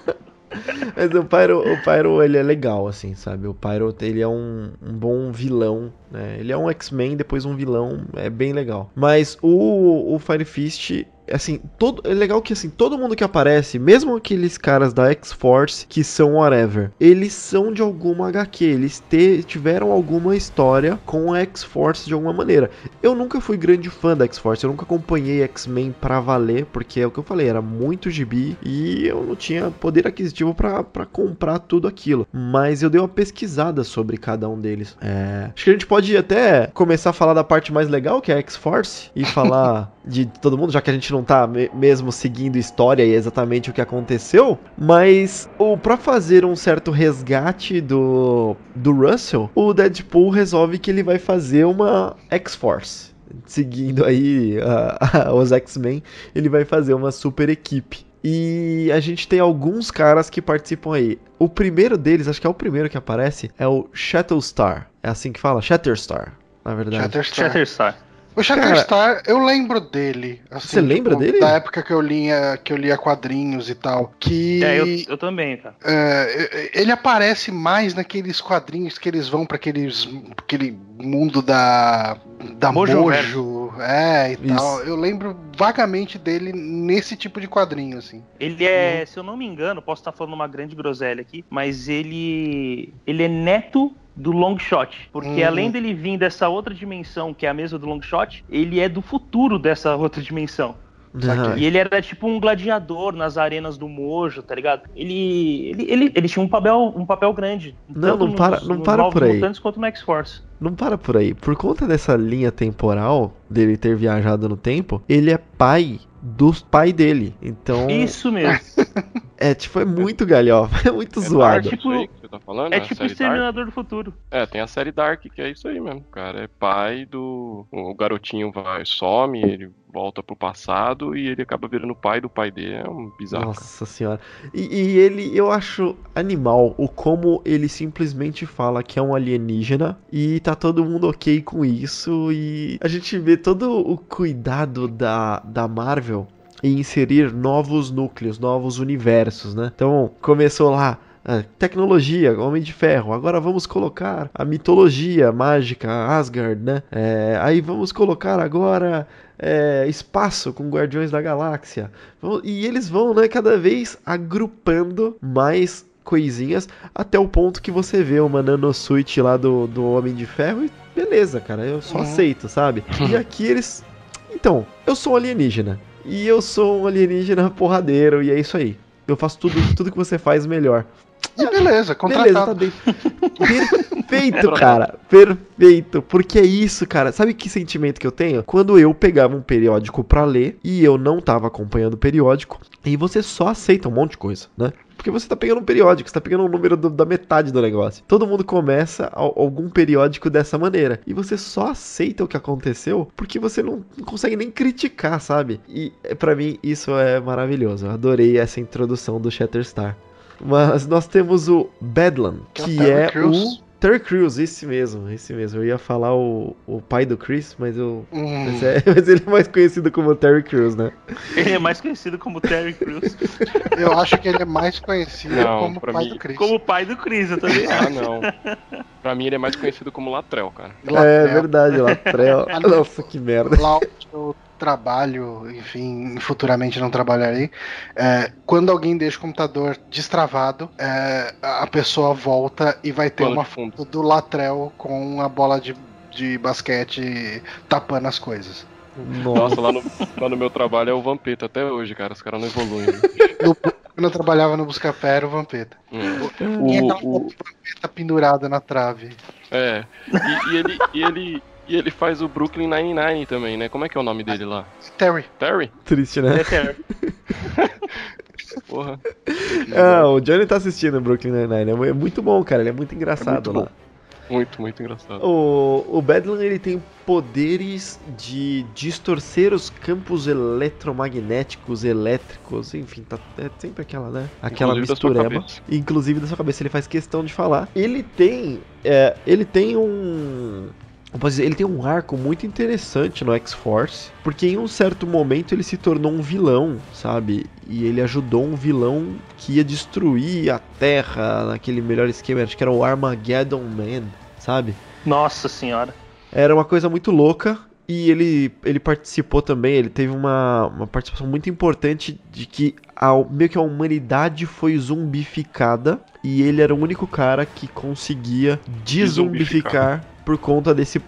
Mas o Pyro, ele é legal, assim, sabe? O Pyro, ele é um bom vilão, né? Ele é um X-Men, depois um vilão, é bem legal. Mas o Fire Fist, assim, é legal que, assim, todo mundo que aparece, mesmo aqueles caras da X-Force, que são whatever, eles são de alguma HQ, eles tiveram alguma história com a X-Force de alguma maneira. Eu nunca fui grande fã da X-Force, eu nunca acompanhei X-Men pra valer, porque é o que eu falei, era muito gibi, e eu não tinha poder aquisitivo pra comprar tudo aquilo. Mas eu dei uma pesquisada sobre cada um deles. Acho que a gente pode até começar a falar da parte mais legal, que é a X-Force, e falar de todo mundo, já que a gente não tá mesmo seguindo história e exatamente o que aconteceu, mas pra fazer um certo resgate do Russell, o Deadpool resolve que ele vai fazer uma X-Force. Seguindo aí os X-Men, ele vai fazer uma super equipe. E a gente tem alguns caras que participam aí. O primeiro deles, acho que é o primeiro que aparece, é o Shatterstar. É assim que fala? Shatterstar, na verdade. Shatterstar. O Shatterstar, eu lembro dele. Assim, você lembra dele? Da época que eu lia quadrinhos e tal. Eu também, cara. Ele aparece mais naqueles quadrinhos que eles vão pra aquele mundo da Mojo. E tal. Eu lembro vagamente dele nesse tipo de quadrinho, assim. Ele é, se eu não me engano, posso estar falando uma grande groselha aqui, mas ele é neto do Longshot, porque além dele vir dessa outra dimensão, que é a mesma do Longshot, ele é do futuro dessa outra dimensão. E ele era tipo um gladiador nas arenas do Mojo, tá ligado? Ele tinha um papel grande. Não para por aí. Mutantes quanto no X-Force. Não para por aí. Por conta dessa linha temporal, dele ter viajado no tempo, ele é pai do pai dele. Então... Isso mesmo. É muito galhofa, é muito zoado. Tipo, isso aí que você tá falando, é tipo o Exterminador do Futuro. Tem a série Dark, que é isso aí mesmo, cara. É pai do... O garotinho some, ele volta pro passado e ele acaba virando pai do pai dele. É um bizarro. Nossa senhora. E ele, eu acho animal o como ele simplesmente fala que é um alienígena e tá todo mundo ok com isso. E a gente vê todo o cuidado da Marvel em inserir novos núcleos, novos universos, né? Então, começou lá tecnologia, Homem de Ferro. Agora vamos colocar a mitologia mágica, Asgard, né? Aí vamos colocar agora espaço com Guardiões da Galáxia. E eles vão, né, cada vez agrupando mais coisinhas até o ponto que você vê uma nanosuit lá do Homem de Ferro e beleza, cara, eu só aceito, sabe? E aqui eles... Então, eu sou um alienígena. E eu sou um alienígena porradeiro, e é isso aí. Eu faço tudo que você faz melhor. E beleza, contratado. Beleza, tá perfeito, cara. Perfeito. Porque é isso, cara. Sabe que sentimento que eu tenho? Quando eu pegava um periódico pra ler e eu não tava acompanhando o periódico, e você só aceita um monte de coisa, né? Porque você tá pegando um periódico, você tá pegando um número da metade do negócio. Todo mundo começa algum periódico dessa maneira. E você só aceita o que aconteceu porque você não consegue nem criticar, sabe? E pra mim isso é maravilhoso. Eu adorei essa introdução do Shatterstar. Mas nós temos o Bedlam, que é Terry Crews, esse mesmo. Eu ia falar o pai do Chris, mas mas ele é mais conhecido como Terry Crews, né? Ele é mais conhecido como Terry Crews. Eu acho que ele é mais conhecido como pai do Chris. Como pai do Chris, eu também acho. Não. Pra mim ele é mais conhecido como Latrell, cara. É verdade, Latrell. Nossa, que merda. Lá onde eu trabalho, enfim, futuramente não trabalharei, quando alguém deixa o computador destravado, a pessoa volta e vai ter uma foto do Latrell com a bola de basquete tapando as coisas. Nossa, lá no meu trabalho é o Vampeta até hoje, cara. Os caras não evoluem. Né? Quando eu trabalhava no Buscapé era o Vampeta. O Vampeta pendurado na trave. E ele faz o Brooklyn Nine-Nine também, né? Como é que é o nome dele lá? Terry. Triste, né? É Terry. Porra. O Johnny tá assistindo o Brooklyn Nine-Nine. É muito bom, cara. Ele é muito engraçado lá. Muito, muito engraçado. O Bedlam, ele tem poderes de distorcer os campos eletromagnéticos, elétricos, enfim, é sempre aquela, né? Aquela mistureba. Inclusive da sua cabeça, ele faz questão de falar. Ele tem um arco muito interessante no X-Force, porque em um certo momento ele se tornou um vilão, sabe? E ele ajudou um vilão que ia destruir a Terra naquele melhor esquema, acho que era o Armageddon Man, sabe? Nossa senhora. Era uma coisa muito louca. E ele participou também, ele teve uma participação muito importante de que meio que a humanidade foi zumbificada e ele era o único cara que conseguia desumbificar por conta desse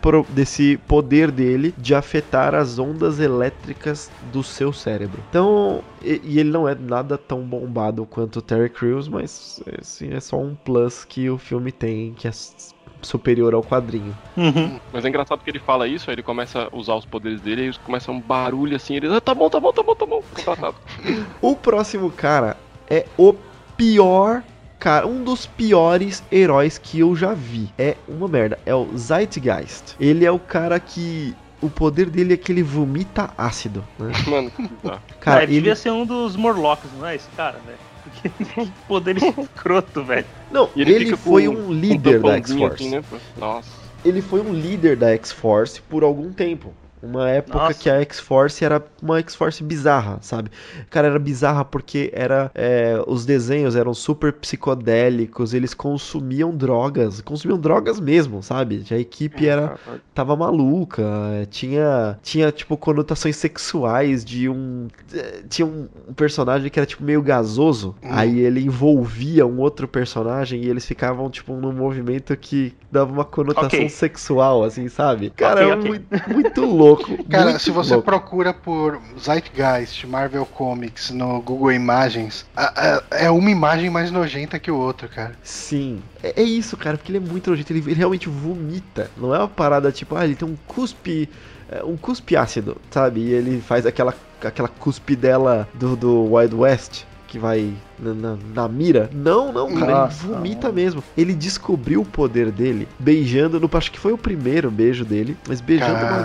poder dele de afetar as ondas elétricas do seu cérebro. Então, e ele não é nada tão bombado quanto o Terry Crews, mas assim, é só um plus que o filme tem, que é superior ao quadrinho. Uhum. Mas é engraçado porque ele fala isso, aí ele começa a usar os poderes dele, aí começa um barulho assim, ele tá bom, contratado. O próximo cara é o pior cara, um dos piores heróis que eu já vi. É uma merda, é o Zeitgeist. Ele é o cara que o poder dele é que ele vomita ácido, né? Mano, que bizarro. Cara, ele devia ser um dos Morlocks, não é esse cara, velho? Porque poder escroto, velho. Não, ele foi um líder da X-Force. Assim, né? Nossa. Ele foi um líder da X-Force por algum tempo. Uma época que a X-Force era uma X-Force bizarra, sabe? Cara, era bizarra porque os desenhos eram super psicodélicos, eles consumiam drogas mesmo, sabe? A equipe tava maluca, tinha tipo conotações sexuais tinha um personagem que era tipo meio gasoso, aí ele envolvia um outro personagem e eles ficavam tipo num movimento que dava uma conotação sexual, assim, sabe? Cara, muito louco. Cara, se você procura por Zeitgeist, Marvel Comics no Google Imagens, é uma imagem mais nojenta que o outro, cara. Sim, é isso, cara, porque ele é muito nojento, ele realmente vomita. Não é uma parada tipo, ele tem um cuspe ácido, sabe? E ele faz aquela cuspidela do Wild West, que vai na mira. Não, cara, ele vomita mesmo. Ele descobriu o poder dele beijando acho que foi o primeiro beijo dele, mas beijando uma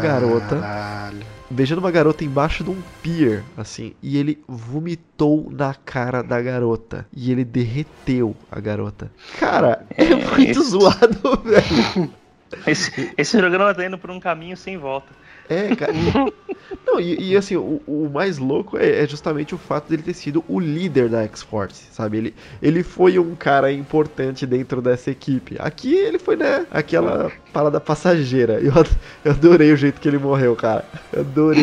garota embaixo de um pier, assim, e ele vomitou na cara da garota, e ele derreteu a garota. Cara, é muito zoado, velho. Esse programa tá indo por um caminho sem volta. Cara. Não, e assim, o mais louco é justamente o fato dele ter sido o líder da X-Force, sabe? Ele foi um cara importante dentro dessa equipe. Aqui ele foi, né, aquela parada passageira. Eu adorei o jeito que ele morreu, cara. Eu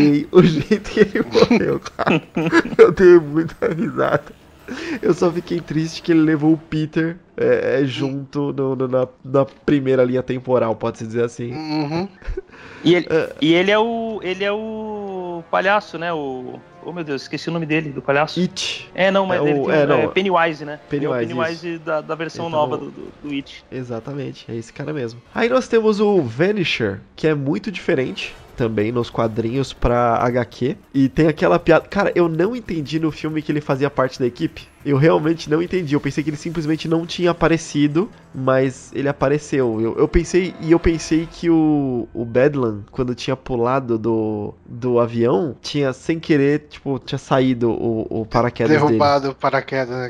dei muita risada. Eu só fiquei triste que ele levou o Peter junto na primeira linha temporal, pode-se dizer assim. Uhum. E ele é o palhaço, né? Oh meu Deus, esqueci o nome dele, do palhaço. It. Mas Pennywise, né? Pennywise da versão nova do It. Exatamente, é esse cara mesmo. Aí nós temos o Vanisher, que é muito diferente também nos quadrinhos pra HQ. E tem aquela piada... Cara, eu não entendi no filme que ele fazia parte da equipe. Eu realmente não entendi. Eu pensei que ele simplesmente não tinha aparecido, mas ele apareceu. Eu pensei que o Bedlam, quando tinha pulado do avião, tinha sem querer, tipo, tinha saído o paraquedas derrubado dele. o paraquedas.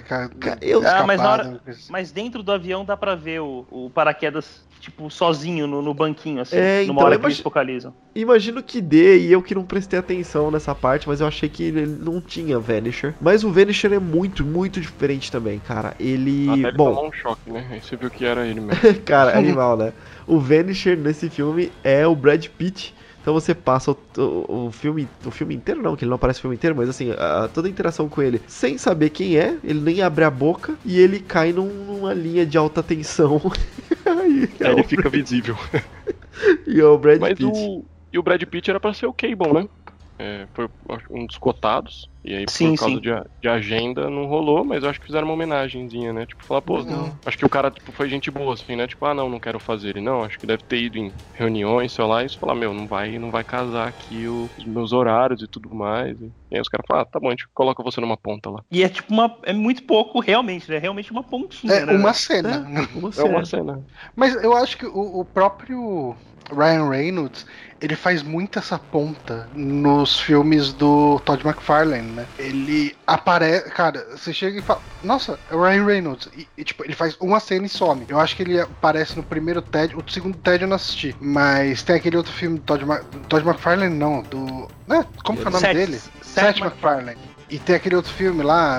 Mas dentro do avião dá pra ver o paraquedas, tipo, sozinho no banquinho, assim, então, numa hora que eles focalizam. Imagino que dê, e eu que não prestei atenção nessa parte, mas eu achei que ele não tinha Vanisher. Mas o Vanisher é muito, muito diferente também, cara. Ele... Até ele tomou um choque, né? Aí você viu que era ele mesmo. Cara, animal, né? O Vanisher nesse filme é o Brad Pitt. Então você passa o filme inteiro, não, que ele não aparece o filme inteiro, mas assim, toda a interação com ele, sem saber quem é, ele nem abre a boca e ele cai numa linha de alta tensão. Aí ele fica visível. E é o Brad Pitt. E o Brad Pitt era pra ser o Cable, né? Foi um dos cotados. E aí, por causa de agenda, não rolou, mas eu acho que fizeram uma homenagenzinha, né? Tipo, falar, pô, acho que o cara tipo, foi gente boa, assim, né? Tipo, não quero fazer ele. Não, acho que deve ter ido em reuniões, sei lá, e falar, não vai casar aqui os meus horários e tudo mais. E aí os caras falam, tá bom, a gente coloca você numa ponta lá. E é tipo é muito pouco, realmente, né? Realmente uma pontinha, né? Uma cena. É uma cena. Mas eu acho que o próprio Ryan Reynolds, ele faz muito essa ponta nos filmes do Todd McFarlane, né? Ele aparece... Cara, você chega e fala... Nossa, é o Ryan Reynolds. E tipo, ele faz uma cena e some. Eu acho que ele aparece no primeiro Ted. O segundo Ted eu não assisti. Mas tem aquele outro filme do Todd McFarlane, não. Do... Como que é o nome dele? Seth MacFarlane. E tem aquele outro filme lá,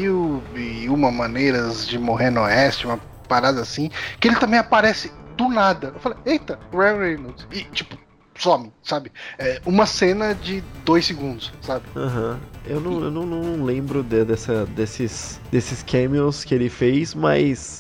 1001 Maneiras de Morrer no Oeste, uma parada assim, que ele também aparece do nada. Eu falei, eita, Ryan Reynolds. E tipo, some, sabe? Uma cena de 2 segundos, sabe? Eu não lembro desses cameos que ele fez, mas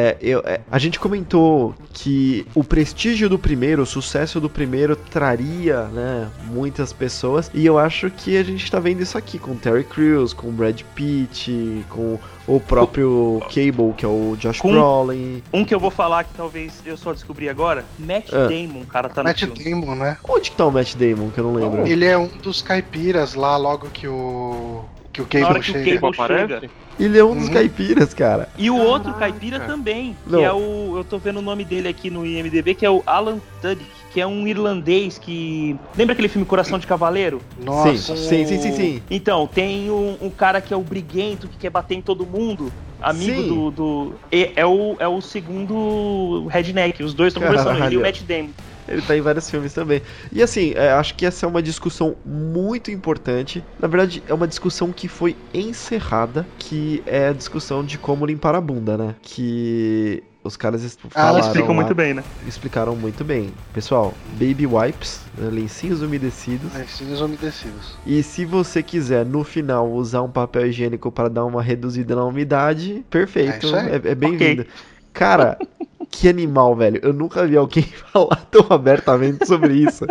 a gente comentou que o prestígio do primeiro, o sucesso do primeiro traria, né, muitas pessoas, e eu acho que a gente tá vendo isso aqui com Terry Crews, com Brad Pitt, com o próprio Cable, que é o Josh Brolin. Um que eu vou falar que talvez eu só descobri agora, Matt Damon, cara, tá no filme. Matt Damon, né? Onde que tá o Matt Damon, que eu não lembro? Ele é um dos caipiras lá, logo que o Cable chega. Ele é um dos caipiras, cara. E o outro caipira também, que é o... Eu tô vendo o nome dele aqui no IMDb, que é o Alan Tudyk, que é um irlandês que... Lembra aquele filme Coração de Cavaleiro? Nossa. Sim. Então, tem um cara que é o briguento, que quer bater em todo mundo, amigo do... É o segundo redneck, os dois estão conversando, ele e o Matt Damon. Ele tá em vários filmes também. E assim, acho que essa é uma discussão muito importante. Na verdade, é uma discussão que foi encerrada, que é a discussão de como limpar a bunda, né? Que os caras falaram explicam muito bem, né? Explicaram muito bem. Pessoal, baby wipes, lencinhos umedecidos. Lencinhos umedecidos. E se você quiser, no final, usar um papel higiênico para dar uma reduzida na umidade, perfeito. É bem-vindo. Okay. Cara... Que animal, velho. Eu nunca vi alguém falar tão abertamente sobre isso.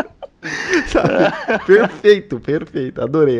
Sabe? Perfeito. Adorei.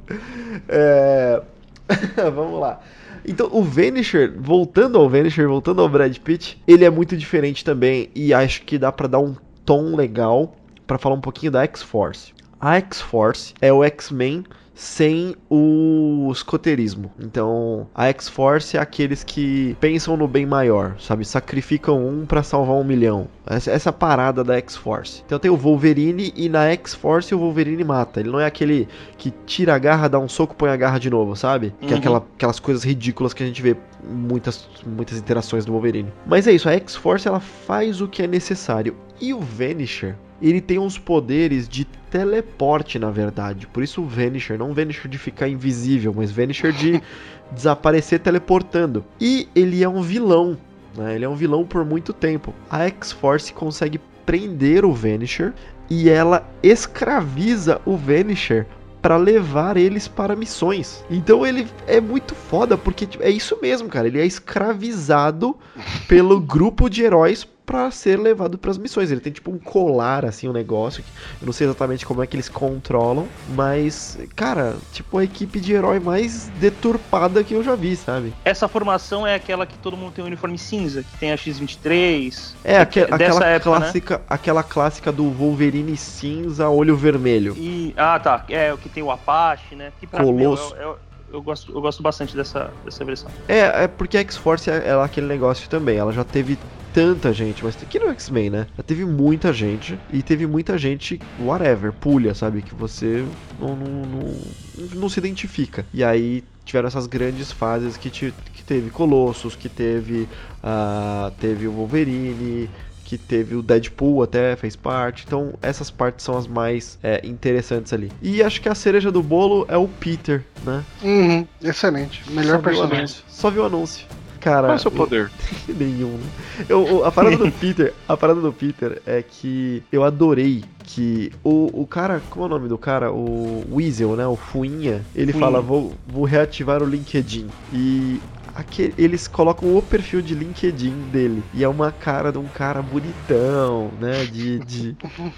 Vamos lá. Então, o Vanisher, voltando ao Brad Pitt, ele é muito diferente também. E acho que dá pra dar um tom legal pra falar um pouquinho da X-Force. A X-Force é o X-Men sem o escoteirismo. Então, a X-Force é aqueles que pensam no bem maior, sabe? Sacrificam um pra salvar 1 milhão. Essa parada da X-Force. Então tem o Wolverine e na X-Force o Wolverine mata. Ele não é aquele que tira a garra, dá um soco, põe a garra de novo, sabe? Que é aquelas coisas ridículas que a gente vê muitas interações do Wolverine. Mas é isso, a X-Force ela faz o que é necessário. E o Vanisher, ele tem uns poderes de teleporte, na verdade. Por isso o Vanisher, não o Vanisher de ficar invisível, mas Vanisher de desaparecer teleportando. E ele é um vilão, né? Ele é um vilão por muito tempo. A X-Force consegue prender o Vanisher e ela escraviza o Vanisher para levar eles para missões. Então ele é muito foda, porque é isso mesmo, cara. Ele é escravizado pelo grupo de heróis pra ser levado pras missões. Ele tem tipo um colar, assim, um negócio que eu não sei exatamente como é que eles controlam, mas, cara, tipo a equipe de herói mais deturpada que eu já vi, sabe? Essa formação é aquela que todo mundo tem um uniforme cinza, que tem a X-23. Aquela clássica, né? Aquela clássica do Wolverine cinza, olho vermelho. Tá. É o que tem o Apache, né? Que Colosso. eu gosto bastante dessa versão. É porque a X-Force é aquele negócio também. Ela já teve tanta gente, mas aqui no X-Men, né? Já teve muita gente, e teve muita gente, whatever, pulha, sabe? Que você não se identifica. E aí tiveram essas grandes fases que teve Colossus, que teve o Wolverine, que teve o Deadpool até, fez parte. Então essas partes são as mais interessantes ali. E acho que a cereja do bolo é o Peter, né? Excelente. Melhor personagem. Só viu o anúncio. Cara, qual é o seu poder? Nenhum, né? A parada do Peter é que eu adorei que o cara, como é o nome do cara? O Weasel, né? O Fuinha, ele fala, vou reativar o LinkedIn. E eles colocam o perfil de LinkedIn dele. E é uma cara de um cara bonitão, né? De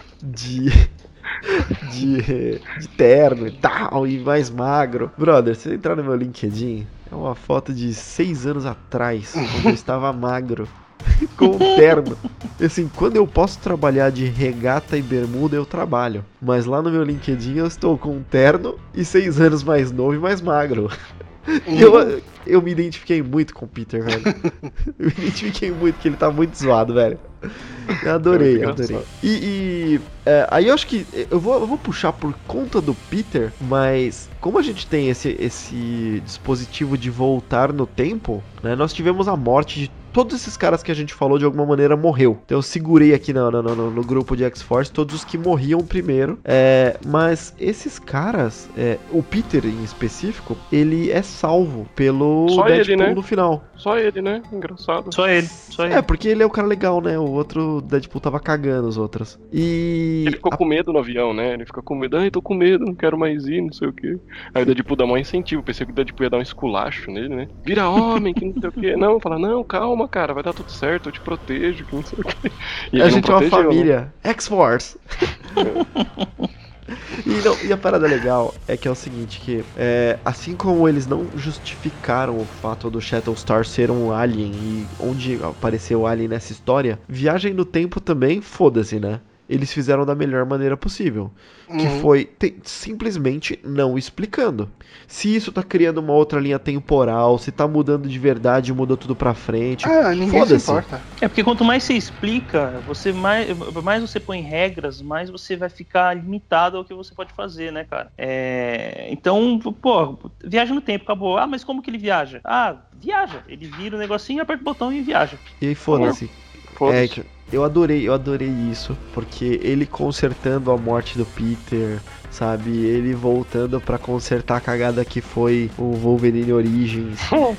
terno e tal, e mais magro. Brother, se você entrar no meu LinkedIn, é uma foto de 6 anos atrás, quando eu estava magro, com um terno. Assim, quando eu posso trabalhar de regata e bermuda, eu trabalho. Mas lá no meu LinkedIn eu estou com um terno e 6 anos mais novo e mais magro. Eu me identifiquei muito com o Peter, velho. Eu me identifiquei muito, que ele tá muito zoado, velho. Eu adorei. Aí eu acho que eu vou puxar por conta do Peter, mas como a gente tem esse dispositivo de voltar no tempo, né? Nós tivemos a morte de todos esses caras que a gente falou, de alguma maneira morreu. Então eu segurei aqui no grupo de X-Force todos os que morriam primeiro. Mas esses caras, o Peter em específico, ele é salvo pelo Só Deadpool ele, né? no final. Só ele, né? Engraçado. Só ele. Porque ele é o cara legal, né? O outro Deadpool tava cagando os outros. E ele ficou com medo no avião, né? Ele fica com medo. Ai, tô com medo, não quero mais ir, não sei o quê. Aí o Deadpool dá um incentivo. Pensei que o Deadpool ia dar um esculacho nele, né? Vira homem, que não sei o quê. Não, fala, não, calma, cara, vai dar tudo certo, eu te protejo, que não sei o quê. E a gente é uma família. Né? X-Force. E a parada legal é que é o seguinte, que assim como eles não justificaram o fato do Shatterstar ser um alien e onde apareceu o alien nessa história, viagem no tempo também, foda-se, né? Eles fizeram da melhor maneira possível. Que foi simplesmente não explicando. Se isso tá criando uma outra linha temporal, se tá mudando de verdade, mudou tudo pra frente. Ninguém se importa. Porque quanto mais você explica, mais você põe regras, mais você vai ficar limitado ao que você pode fazer, né, cara? Então, pô, viaja no tempo, acabou. Ah, mas como que ele viaja? Viaja. Ele vira o negocinho, aperta o botão e viaja. E aí, foda-se. Eu adorei isso, porque ele consertando a morte do Peter, sabe? Ele voltando pra consertar a cagada que foi o Wolverine Origins.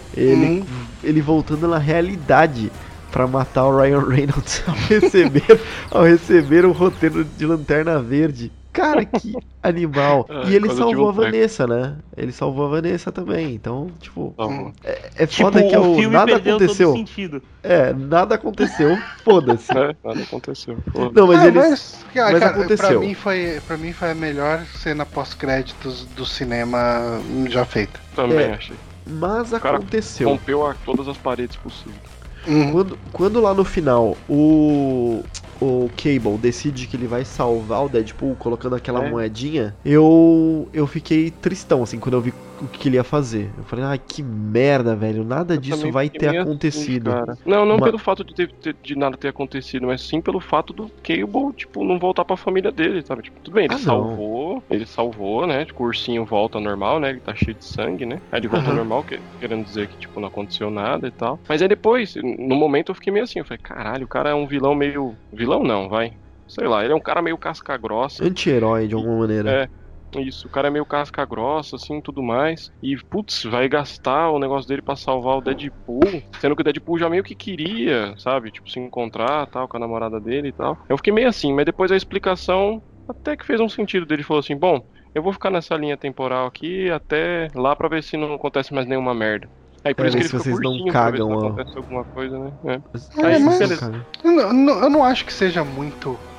Ele voltando na realidade pra matar o Ryan Reynolds ao receber o roteiro de Lanterna Verde. Cara, que animal. E ele salvou a Vanessa, né? Ele salvou a Vanessa também. Então, tipo, foda que o filme nada perdeu aconteceu. todo sentido. Nada aconteceu. Foda-se. Nada aconteceu. Foda-se. Não, mas cara, aconteceu. Pra mim foi a melhor cena pós-créditos do cinema já feita. Também achei. Mas o cara aconteceu. Rompeu todas as paredes possíveis. Quando lá no final o Cable decide que ele vai salvar o Deadpool colocando aquela moedinha, eu fiquei tristão, assim, quando eu vi o que ele ia fazer. Eu falei, que merda, velho, nada disso vai ter acontecido. Assim, não pelo fato de nada ter acontecido, mas sim pelo fato do Cable, tipo, não voltar pra família dele, sabe? Tipo, tudo bem, ele salvou, né? Tipo, o ursinho volta normal, né? Ele tá cheio de sangue, né? Aí ele volta normal, querendo dizer que, tipo, não aconteceu nada e tal. Mas aí depois, no momento eu fiquei meio assim, eu falei, caralho, o cara é um vilão meio... Vilão não, vai. Sei lá, ele é um cara meio casca grossa. Anti-herói, de alguma maneira. Isso, o cara é meio casca grossa, assim, tudo mais. E, putz, vai gastar o negócio dele pra salvar o Deadpool. Sendo que o Deadpool já meio que queria, sabe? Tipo, se encontrar, tal, com a namorada dele e tal. Eu fiquei meio assim, mas depois a explicação até que fez um sentido dele. Falou assim, bom, eu vou ficar nessa linha temporal aqui até lá pra ver se não acontece mais nenhuma merda. Aí por isso que ele vocês fica não cagam, acontece alguma coisa, né? Eu não acho que seja muito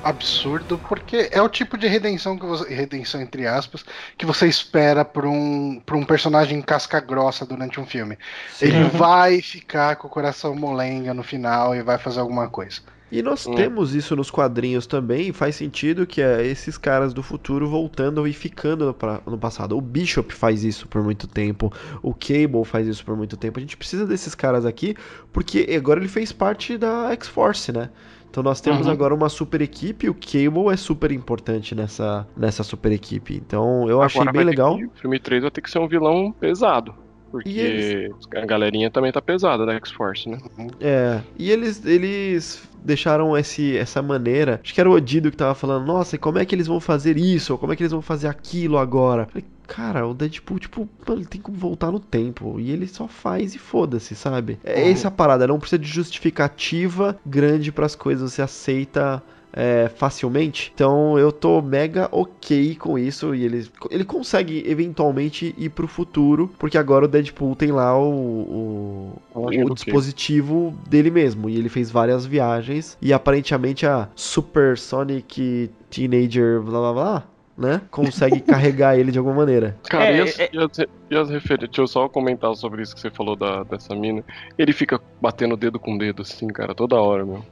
absurdo, porque é o tipo de redenção redenção entre aspas, que você espera pra um personagem casca grossa durante um filme. Sim. Ele vai ficar com o coração molenga no final e vai fazer alguma coisa. E nós temos isso nos quadrinhos também, e faz sentido que é esses caras do futuro voltando e ficando no passado. O Bishop faz isso por muito tempo, o Cable faz isso por muito tempo. A gente precisa desses caras aqui, porque agora ele fez parte da X-Force, né? Então nós temos agora uma super equipe, o Cable é super importante nessa super equipe. Então eu achei bem legal. O filme 3 vai ter que ser um vilão pesado. Porque a galerinha também tá pesada da X-Force, né? E eles deixaram essa maneira. Acho que era o Odido que tava falando, nossa, e como é que eles vão fazer isso? Ou como é que eles vão fazer aquilo agora? Falei, cara, o Deadpool, mano, ele tem que voltar no tempo. E ele só faz e foda-se, sabe? Essa é a parada, não precisa de justificativa grande pras coisas, você aceita facilmente. Então eu tô mega ok com isso. E ele consegue eventualmente ir pro futuro, porque agora o Deadpool tem lá o dispositivo dele mesmo. E ele fez várias viagens. E aparentemente a Supersonic Teenager blá blá blá, né? Consegue carregar ele de alguma maneira. Cara, e as referências? Deixa eu só comentar sobre isso que você falou dessa mina. Ele fica batendo dedo com dedo, assim, cara, toda hora, meu.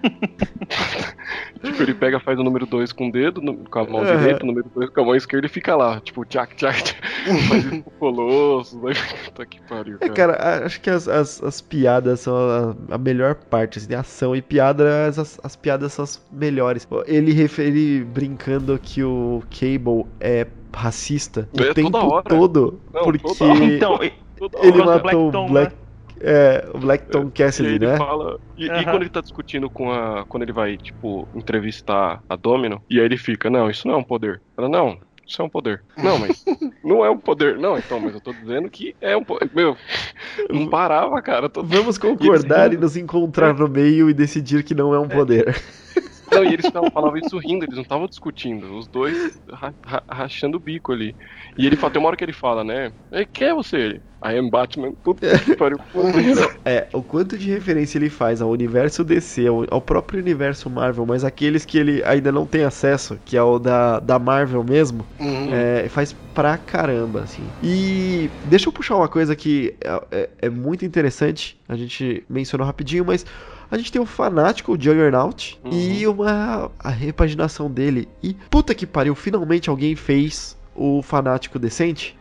Tipo, ele pega, faz o número 2 com o dedo, com a mão direita, o número 2 com a mão esquerda e fica lá, tipo, tchac, faz isso com o Colosso, puta que pariu, cara. Cara, acho que as piadas são a melhor parte, assim, ação e piada, as piadas são as melhores. Ele brincando que o Cable é racista o tempo todo, porque então, ele matou o Black... o Black Tom Cassidy, né? Fala, e quando ele tá discutindo quando ele vai, tipo, entrevistar a Domino, e aí ele fica, não, isso não é um poder. Ela, não, isso é um poder. Não, mas não é um poder. Não, então, mas eu tô dizendo que é um poder. Meu, não parava, cara. Vamos concordar e nos encontrar no meio e decidir que não é um poder. Não, e eles falavam isso rindo, eles não estavam discutindo. Os dois rachando o bico ali. E ele fala, tem uma hora que ele fala, né? Quem é você? Ele, I am Batman. Puta que pariu. O quanto de referência ele faz ao universo DC, ao próprio universo Marvel, mas aqueles que ele ainda não tem acesso, que é o da Marvel mesmo, faz pra caramba, assim. E deixa eu puxar uma coisa que é muito interessante, a gente mencionou rapidinho, mas a gente tem um fanático, o Juggernaut, e a repaginação dele. E puta que pariu, finalmente alguém fez o fanático decente.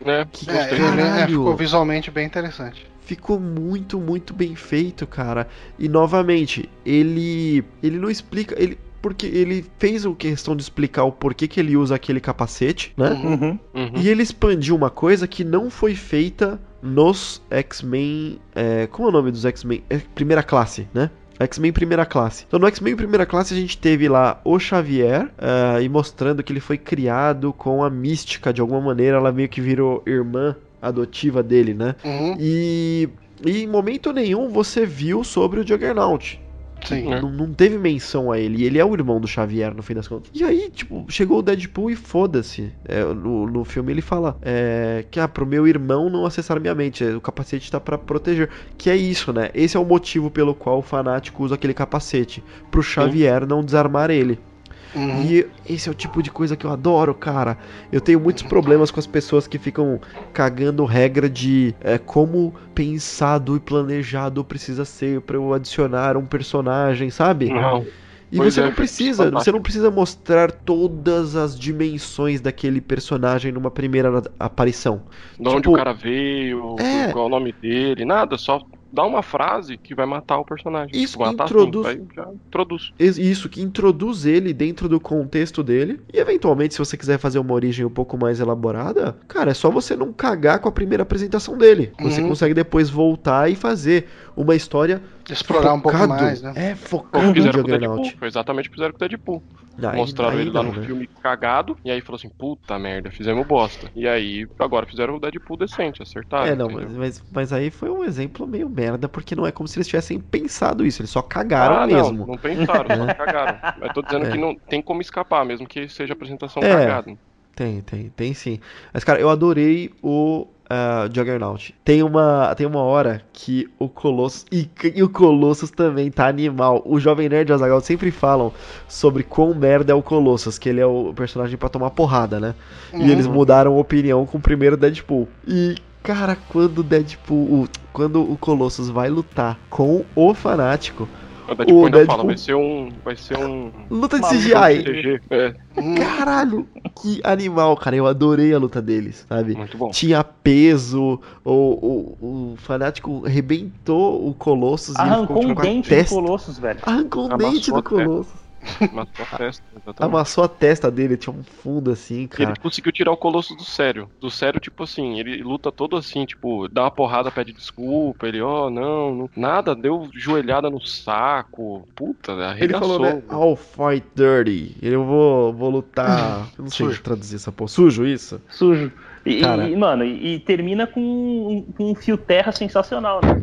Ficou visualmente bem interessante. Ficou muito, muito bem feito, cara. E novamente, ele não explica... Porque ele fez a questão de explicar o porquê que ele usa aquele capacete, né? E ele expandiu uma coisa que não foi feita nos X-Men... como é o nome dos X-Men? Primeira classe, né? X-Men Primeira Classe. Então no X-Men Primeira Classe a gente teve lá o Xavier, e mostrando que ele foi criado com a mística de alguma maneira, ela meio que virou irmã adotiva dele, né? E em momento nenhum você viu sobre o Juggernaut. Sim. Não teve menção a ele. E ele é o irmão do Xavier, no fim das contas. E aí, tipo, chegou o Deadpool e foda-se. No filme ele fala que pro meu irmão não acessar minha mente. O capacete tá pra proteger. Que é isso, né? Esse é o motivo pelo qual o fanático usa aquele capacete. Pro Xavier não desarmar ele. E esse é o tipo de coisa que eu adoro, cara. Eu tenho muitos problemas com as pessoas que ficam cagando regra de como pensado e planejado precisa ser pra eu adicionar um personagem, sabe? Não. E você não precisa mostrar todas as dimensões daquele personagem numa primeira aparição. De onde o cara veio, qual é o nome dele, nada, só dá uma frase que vai matar o personagem. Isso, já introduz. Isso, que introduz ele dentro do contexto dele. E eventualmente, se você quiser fazer uma origem um pouco mais elaborada, cara, é só você não cagar com a primeira apresentação dele. Você consegue depois voltar e fazer uma história... explorar um pouco mais, né? Focado no Juggernaut. Foi exatamente o que fizeram com o Deadpool. Mostraram ele lá no filme cagado, e aí falou assim, puta merda, fizemos bosta. E aí, agora fizeram o Deadpool decente, acertaram. Mas aí foi um exemplo meio merda, porque não é como se eles tivessem pensado isso, eles só cagaram mesmo. Não pensaram, só cagaram. Mas tô dizendo que não tem como escapar, mesmo que seja apresentação cagada. Tem sim. Mas, cara, eu adorei o Juggernaut. Tem uma hora que o Colossus... E o Colossus também tá animal. O Jovem Nerd e o Azaghal sempre falam sobre quão merda é o Colossus, que ele é o personagem pra tomar porrada, né? E eles mudaram a opinião com o primeiro Deadpool. E, cara, quando o Colossus vai lutar com o Fanático... O Deadpool ainda fala, vai ser um... Luta de CGI. CG. É. Caralho, que animal, cara. Eu adorei a luta deles, sabe? Muito bom. Tinha peso, o Fanático arrebentou o Colossus. Arrancou e um dente do Colossus, velho. Arrancou um dente do Colossus. Amassou a testa, exatamente. Amassou a testa dele, tinha um fundo assim, cara. Ele conseguiu tirar o Colossus do sério. Do sério, tipo assim, ele luta todo assim, tipo, dá uma porrada, pede desculpa, ele, não, nada, deu joelhada no saco. Puta, arregaçou. Ele falou, né, I'll fight dirty. Eu vou lutar, eu não sei traduzir essa porra. Sujo isso? Sujo. Mano, termina com um fio terra sensacional, né?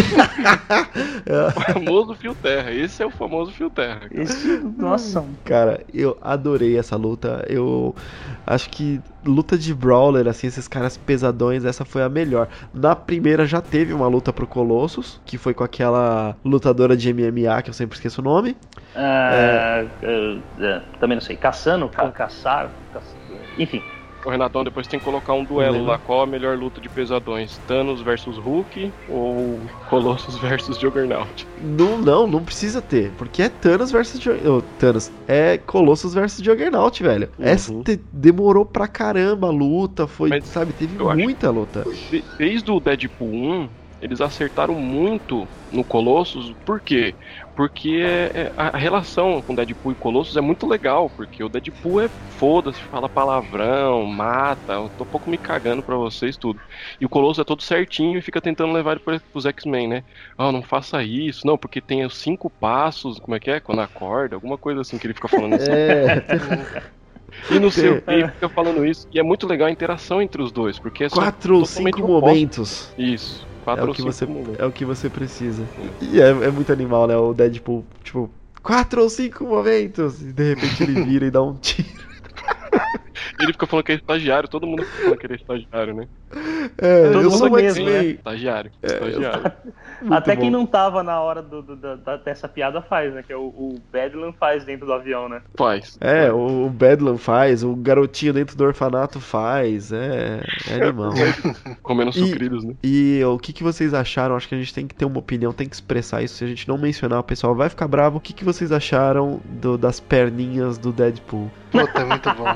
O famoso fio terra. Esse é o famoso fio terra. Nossa. Cara, eu adorei essa luta. Eu acho que luta de brawler, assim, esses caras pesadões, essa foi a melhor. Na primeira já teve uma luta pro Colossus, que foi com aquela lutadora de MMA, que eu sempre esqueço o nome. Também não sei. Caçar, enfim. O Renatão depois tem que colocar um duelo lá. Qual a melhor luta de pesadões? Thanos versus Hulk ou Colossus versus Juggernaut? Não precisa ter. Porque é Thanos versus Thanos. É Colossus versus Juggernaut, velho. Essa demorou pra caramba a luta. Teve muita luta. Desde o Deadpool 1, eles acertaram muito no Colossus. Por quê? Porque a relação com Deadpool e Colossus é muito legal, porque o Deadpool foda-se, fala palavrão, mata, eu tô um pouco me cagando pra vocês, tudo. E o Colossus é todo certinho e fica tentando levar ele pros X-Men, né? Não faça isso, não, porque tem os 5 passos, como é que é? Quando acorda, alguma coisa assim que ele fica falando assim. E não sei o que, fica falando isso. E é muito legal a interação entre os dois, porque é 4 ou 5 momentos. Isso. É o que você precisa. E é muito animal, né? O Deadpool, tipo, 4 ou 5 momentos. E de repente ele vira e dá um tiro. Ele fica falando que é estagiário, todo mundo fica falando que ele é estagiário, né? Eu sou o X-Men. Né? Estagiário. Até quem não tava na hora dessa piada faz, né? Que é o Bedlam faz dentro do avião, né? Faz. O Bedlam faz, o garotinho dentro do orfanato faz. É animal. Comendo sucrilhos, né? E o que vocês acharam? Acho que a gente tem que ter uma opinião, tem que expressar isso. Se a gente não mencionar, o pessoal vai ficar bravo. O que vocês acharam das perninhas do Deadpool? Puta, muito bom.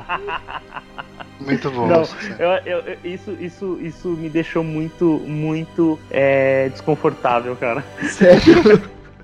Muito bom. Não, isso me deixou muito desconfortável, cara. Sério?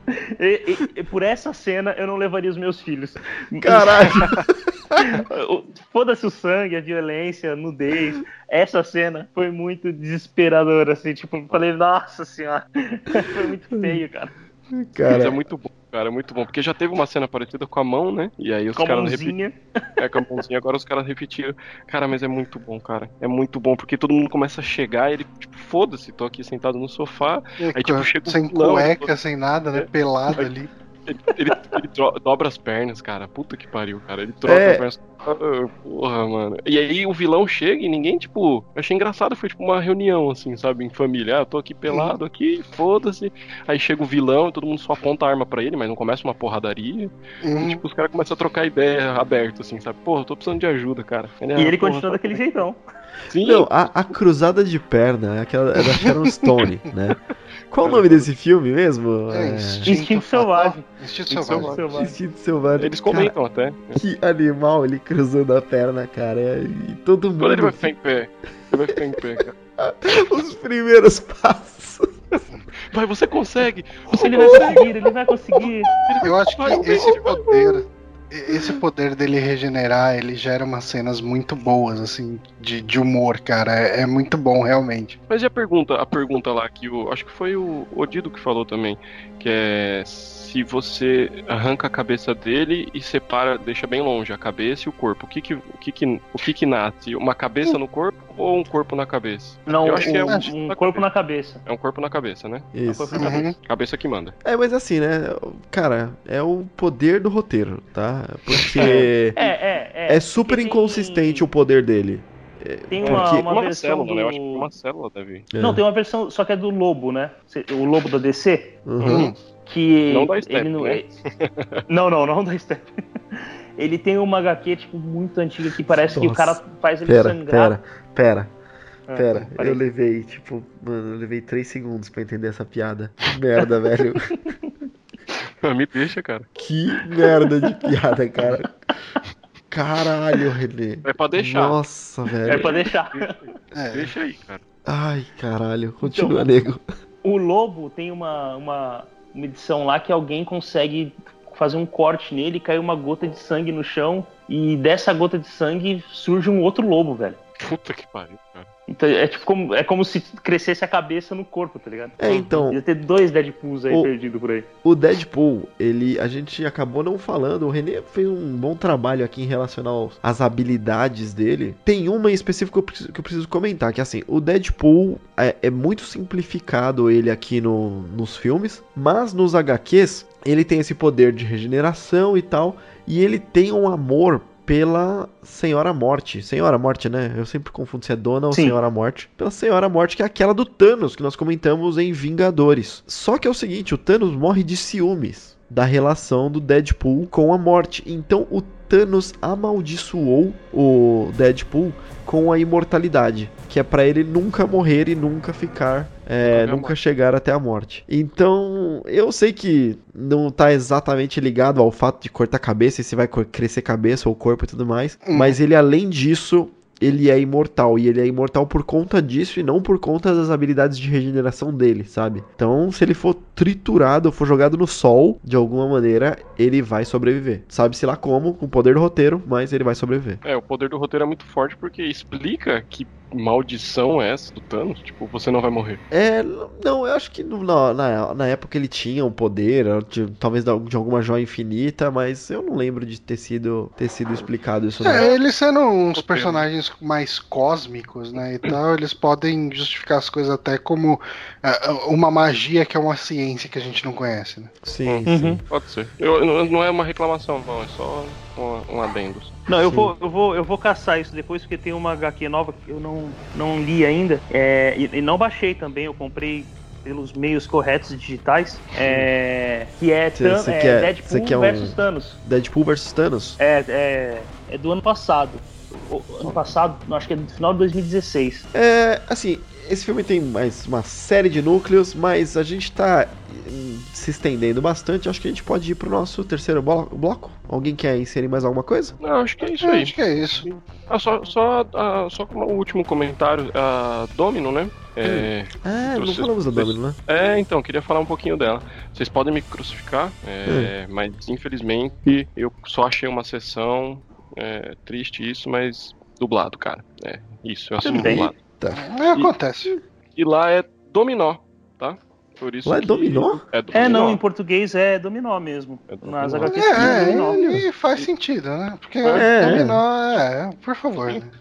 E por essa cena eu não levaria os meus filhos. Caralho! Foda-se o sangue, a violência, a nudez. Essa cena foi muito desesperadora, assim, tipo, falei, nossa senhora, foi muito feio, cara. Mas é muito bom, cara, é muito bom. Porque já teve uma cena parecida com a mão, né? E aí os caras repetiram. Com a mãozinha, agora os caras repetiram. Cara, mas é muito bom, cara. É muito bom, porque todo mundo começa a chegar e ele, tipo, foda-se, tô aqui sentado no sofá. Aí, tipo, chega sem cueca, sem nada, né? Pelado ali. Ele dobra as pernas, cara. Puta que pariu, cara. Ele troca as pernas. Porra, mano. E aí o vilão chega e ninguém, tipo... Eu achei engraçado, foi tipo uma reunião, assim, sabe? Em família. Eu tô aqui pelado, aqui, foda-se. Aí chega o vilão e todo mundo só aponta a arma pra ele, mas não começa uma porradaria. E, tipo, os caras começam a trocar ideia aberto, assim, sabe? Porra, eu tô precisando de ajuda, cara. E ele continua daquele jeitão. Sim. Não, a cruzada de perna é da Sharon Stone, né? Qual o nome desse filme mesmo? Instinto Selvagem. Instinto Selvagem. Eles comentam até. Que animal ele cruzando a perna, cara. E todo mundo. Quando ele vai ficar em pé. Cara. Os primeiros passos. Vai, você consegue! Ele vai conseguir. Eu acho que esse poder dele regenerar, ele gera umas cenas muito boas, assim, de humor, cara. É muito bom, realmente. Mas e a pergunta lá que acho que foi o Odido que falou também, que é se você arranca a cabeça dele e separa, deixa bem longe a cabeça e o corpo, o que nasce? Uma cabeça no corpo ou um corpo na cabeça? Não, eu acho que é um corpo na cabeça. É um corpo na cabeça, né? Isso. É um corpo na cabeça. Cabeça que manda. Mas assim, né? Cara, é o poder do roteiro, tá? Porque... é super inconsistente o poder dele. Tem uma versão célula, né? Eu acho que uma célula deve. Não, tem uma versão, só que é do Lobo, né? O Lobo da DC. Uhum. Que não da Step, ele não né? Não da Step. Ele tem uma HQ, tipo, muito antiga que parece que o cara faz ele sangrar. Pera. Eu levei 3 segundos pra entender essa piada. Que merda, velho. Me deixa, cara. Que merda de piada, cara. Caralho, René. É pra deixar. Nossa, velho. É pra deixar. Deixa aí, cara. Ai, caralho. Continua, nego. O Lobo tem uma edição lá que alguém consegue fazer um corte nele, cai uma gota de sangue no chão e dessa gota de sangue surge um outro lobo, velho. Puta que pariu, cara. Então é como se crescesse a cabeça no corpo, tá ligado? Então. Ia ter 2 Deadpools aí perdidos por aí. O Deadpool, a gente acabou não falando. O René fez um bom trabalho aqui em relação às habilidades dele. Tem uma em específico que eu preciso comentar, que assim, o Deadpool é muito simplificado ele aqui nos filmes, mas nos HQs ele tem esse poder de regeneração e tal, e ele tem um amor pela Senhora Morte. Senhora Morte, né? Eu sempre confundo se é Dona ou Senhora Morte. Pela Senhora Morte, que é aquela do Thanos, que nós comentamos em Vingadores. Só que é o seguinte, o Thanos morre de ciúmes da relação do Deadpool com a Morte. Então o Thanos amaldiçoou o Deadpool com a imortalidade, que é pra ele nunca morrer e nunca ficar, nunca chegar até a morte. Então, eu sei que não tá exatamente ligado ao fato de cortar a cabeça e se vai crescer cabeça ou corpo e tudo mais, mas ele, além disso, ele é imortal, e ele é imortal por conta disso e não por conta das habilidades de regeneração dele, sabe? Então, se ele for triturado ou for jogado no sol, de alguma maneira, ele vai sobreviver. Sabe-se lá como, com o poder do roteiro, mas ele vai sobreviver. O poder do roteiro é muito forte porque explica que maldição é essa do Thanos? Tipo, você não vai morrer. Não, eu acho que na época ele tinha um poder, talvez de alguma joia infinita, mas eu não lembro de ter sido explicado isso. Eles sendo uns personagens mais cósmicos, né, e tal, eles podem justificar as coisas até como uma magia que é uma ciência que a gente não conhece, né? Sim. Pode ser. Não é uma reclamação, não, é só um adendo. Não, eu vou caçar isso depois, porque tem uma HQ nova que eu não li ainda, e não baixei também, eu comprei pelos meios corretos digitais, que é Deadpool versus Thanos. Deadpool versus Thanos? É do ano passado. Ano passado, acho que é do final de 2016. Assim, esse filme tem mais uma série de núcleos, mas a gente tá se estendendo bastante. Acho que a gente pode ir pro nosso terceiro bloco. Alguém quer inserir mais alguma coisa? Não, acho que é isso aí. Acho que é isso. Só como último comentário, a Domino, né? Não falamos da Domino, né? Então, queria falar um pouquinho dela. Vocês podem me crucificar, mas infelizmente eu só achei uma sessão, triste isso, mas dublado, cara. Isso, eu assumo dublado. Tá. Acontece. E lá é Dominó, tá? Por isso lá é Dominó? Não, em português é Dominó mesmo. Nas HQs Dominó. E faz sentido, né? Porque Dominó por favor. Né?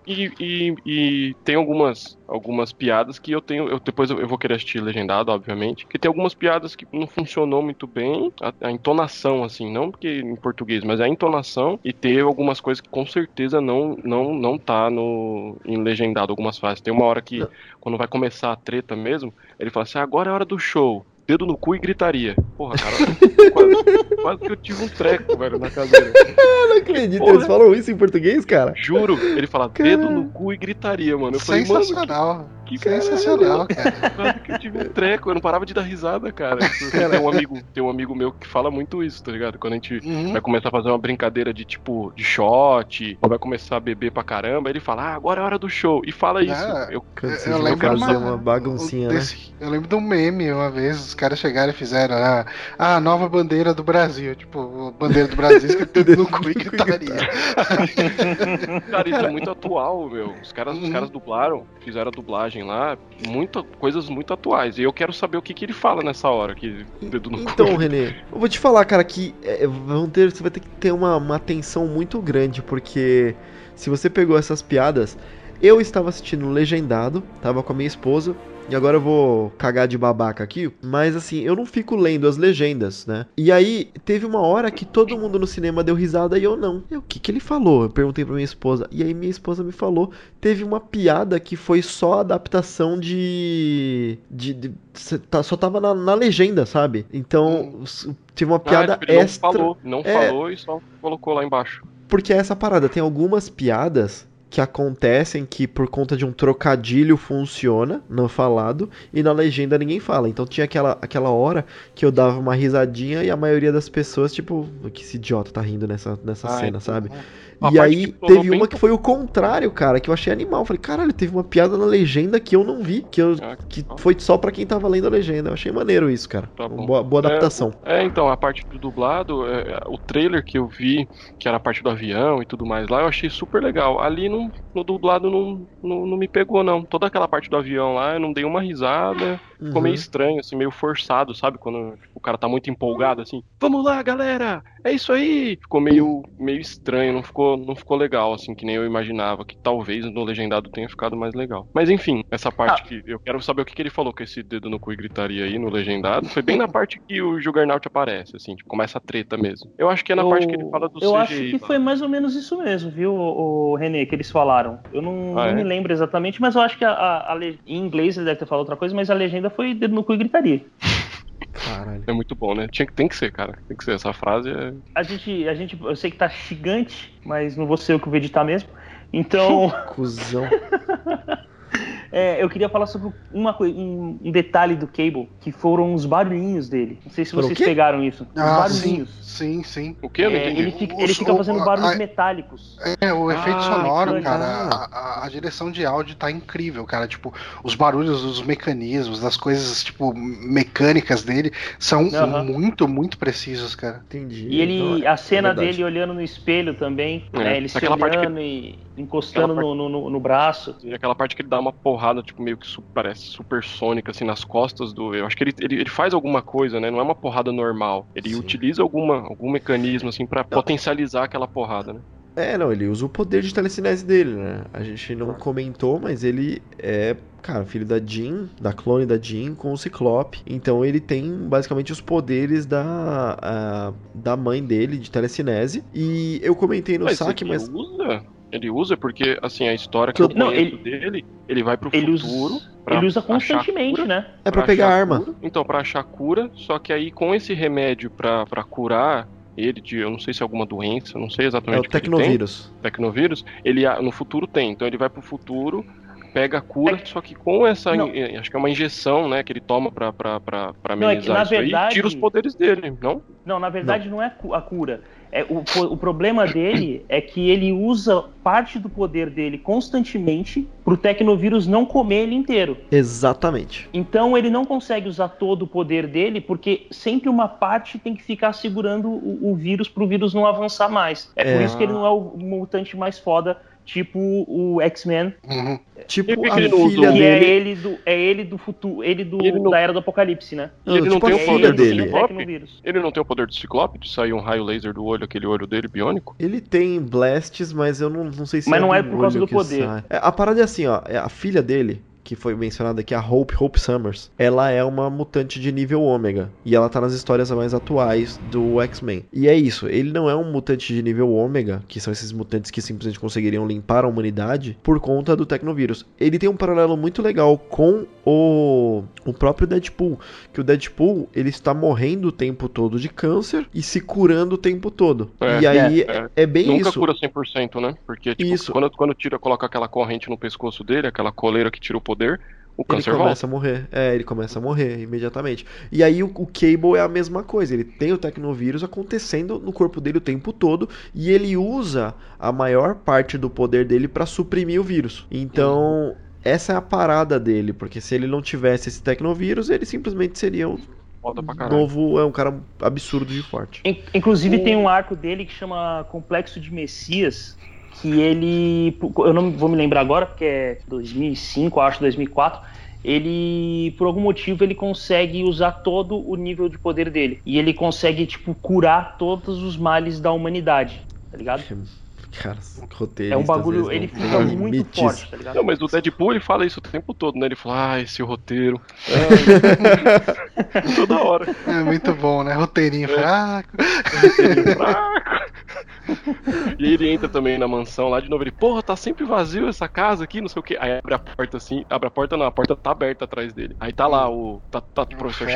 E tem algumas piadas que depois eu vou querer assistir legendado, obviamente, que tem algumas piadas que não funcionou muito bem, a entonação, assim, não porque em português, mas a entonação, e tem algumas coisas que com certeza não tá em legendado, algumas frases. Tem uma hora que, quando vai começar a treta mesmo, ele fala assim, agora é a hora do show. Dedo no cu e gritaria. Porra, cara, quase que eu tive um treco, velho, na cadeira. Eu não acredito, eles falam isso em português, cara? Juro, ele fala dedo no cu e gritaria, mano. Eu falei, sensacional. Sensacional, cara. Quase que eu tive um treco, eu não parava de dar risada, cara. Tem um amigo meu que fala muito isso, tá ligado? Quando a gente vai começar a fazer uma brincadeira de tipo, de shot, ou vai começar a beber pra caramba, ele fala, agora é a hora do show. E fala isso. Eu lembro uma baguncinha, né? Eu lembro de um meme uma vez, os caras chegaram e fizeram a nova bandeira do Brasil. Tipo, bandeira do Brasil escrito no cu e gritaria. Cara, isso é muito atual, meu. Os caras dublaram, fizeram a dublagem lá, coisas muito atuais. E eu quero saber o que ele fala nessa hora. Então, René, eu vou te falar, cara, que você vai ter que ter uma atenção muito grande, porque se você pegou essas piadas, eu estava assistindo legendado, tava com a minha esposa, E agora eu vou cagar de babaca aqui, mas assim, eu não fico lendo as legendas, né? E aí, teve uma hora que todo mundo no cinema deu risada e eu não. O que ele falou? Eu perguntei pra minha esposa. E aí minha esposa me falou, teve uma piada que foi só adaptação só tava na legenda, sabe? Então, teve uma piada ele extra. Não falou e só colocou lá embaixo. Porque é essa parada, tem algumas piadas que acontecem que por conta de um trocadilho funciona no falado e na legenda ninguém fala. Então tinha aquela hora que eu dava uma risadinha e a maioria das pessoas, tipo, que esse idiota tá rindo nessa cena, sabe? E aí teve uma que foi o contrário, cara, que eu achei animal. Eu falei, caralho, teve uma piada na legenda que eu não vi, que foi só pra quem tava lendo a legenda. Eu achei maneiro isso, cara. Tá bom. Boa adaptação. Então, a parte do dublado, o trailer que eu vi, que era a parte do avião e tudo mais lá, eu achei super legal. Ali no dublado não me pegou, não. Toda aquela parte do avião lá, eu não dei uma risada. Ficou meio estranho, assim, meio forçado, sabe? Quando o cara tá muito empolgado, assim. Vamos lá, galera! É isso aí! Ficou meio estranho, não ficou legal, assim, que nem eu imaginava. Que talvez no legendado tenha ficado mais legal. Mas enfim, essa parte que eu quero saber o que ele falou com esse dedo no cu e gritaria aí no legendado. Foi bem na parte que o Juggernaut aparece, assim, tipo, começa a treta mesmo. Eu acho que é na parte que ele fala do CGI. Eu acho que foi mais ou menos isso mesmo, viu, o René, que eles falaram. Eu não me lembro exatamente, mas eu acho que em inglês ele deve ter falado outra coisa, mas a legenda foi dedo no cu e gritaria. Caralho. É muito bom, né? Tem que ser, cara. Tem que ser. Essa frase é... A gente, eu sei que tá gigante, mas não vou ser eu que vou editar mesmo. Então... Cusão. Eu queria falar sobre um detalhe do Cable, que foram os barulhinhos dele. Não sei se vocês pegaram isso. Os barulhinhos. Sim. O que? Ele fica fazendo barulhos metálicos. O efeito sonoro, cara, a direção de áudio tá incrível, cara. Tipo, os barulhos dos mecanismos, das coisas, tipo, mecânicas dele são muito, muito precisos, cara. Entendi. E a cena dele olhando no espelho também, né? Ele se olhando e encostando no braço. E aquela parte que ele dá uma porrada, tipo, meio que parece supersônica, assim, nas costas do... Eu acho que ele faz alguma coisa, né? Não é uma porrada normal. Ele utiliza algum mecanismo, assim, pra potencializar aquela porrada, né? Ele usa o poder de telecinese dele, né? A gente não comentou, mas ele é, cara, filho da Jean, da clone da Jean com o Ciclope. Então ele tem basicamente os poderes da mãe dele, de telecinese. E eu comentei no saque, mas... Ele usa porque, assim, a história que eu conheço dele, ele vai pro futuro... Ele usa constantemente, né? É pra pegar arma. Cura. Então, pra achar cura, só que aí com esse remédio pra curar ele de, eu não sei se é alguma doença, não sei exatamente o que tecnovírus. Tecnovírus, ele no futuro tem. Então ele vai pro futuro, pega a cura, só que com essa, acho que é uma injeção, né, que ele toma pra amenizar isso aí, tira os poderes dele, não? Não, na verdade não é a cura. O problema dele é que ele usa parte do poder dele constantemente pro Tecnovírus não comer ele inteiro. Exatamente. Então ele não consegue usar todo o poder dele porque sempre uma parte tem que ficar segurando o vírus pro vírus não avançar mais. Por isso que ele não é o mutante mais foda, tipo o X-Men. Tipo a filha dele. É ele do futuro, da Era do Apocalipse, né? Ele não tipo tem o poder dele. Ele não tem o poder do Ciclope de sair um raio laser do olho, aquele olho dele biônico? Ele tem blasts, mas eu não sei se mas não é por causa do poder. A parada é assim, ó, a filha dele, que foi mencionada aqui, a Hope Summers, ela é uma mutante de nível ômega, e ela tá nas histórias mais atuais do X-Men. E é isso, ele não é um mutante de nível ômega, que são esses mutantes que simplesmente conseguiriam limpar a humanidade por conta do Tecnovírus. Ele tem um paralelo muito legal com o próprio Deadpool, que o Deadpool, ele está morrendo o tempo todo de câncer e se curando o tempo todo. E aí é bem nunca isso. Nunca cura 100%, né? Porque, tipo, isso. quando coloca aquela corrente no pescoço dele, aquela coleira que tira o poder, o câncer ele começa a morrer. Ele começa a morrer imediatamente. E aí o Cable é a mesma coisa. Ele tem o Tecnovírus acontecendo no corpo dele o tempo todo e ele usa a maior parte do poder dele para suprimir o vírus. Então, essa é a parada dele, porque se ele não tivesse esse Tecnovírus, ele simplesmente seria um um cara absurdo de forte. Inclusive tem um arco dele que chama Complexo de Messias, que ele, eu não vou me lembrar agora, porque é 2005, acho 2004, ele, por algum motivo, ele consegue usar todo o nível de poder dele. E ele consegue, tipo, curar todos os males da humanidade, tá ligado? Cara, é um bagulho, ele fica muito forte, tá ligado? Não, mas o Deadpool, ele fala isso o tempo todo, né? Ele fala, esse roteiro. Toda hora. É muito bom, né? Roteirinho fraco. Roteirinho fraco. E ele entra também na mansão lá de novo. Ele, porra, tá sempre vazio essa casa aqui, não sei o que. Aí abre a porta assim, abre a porta não, a porta tá aberta atrás dele. Aí tá lá o professor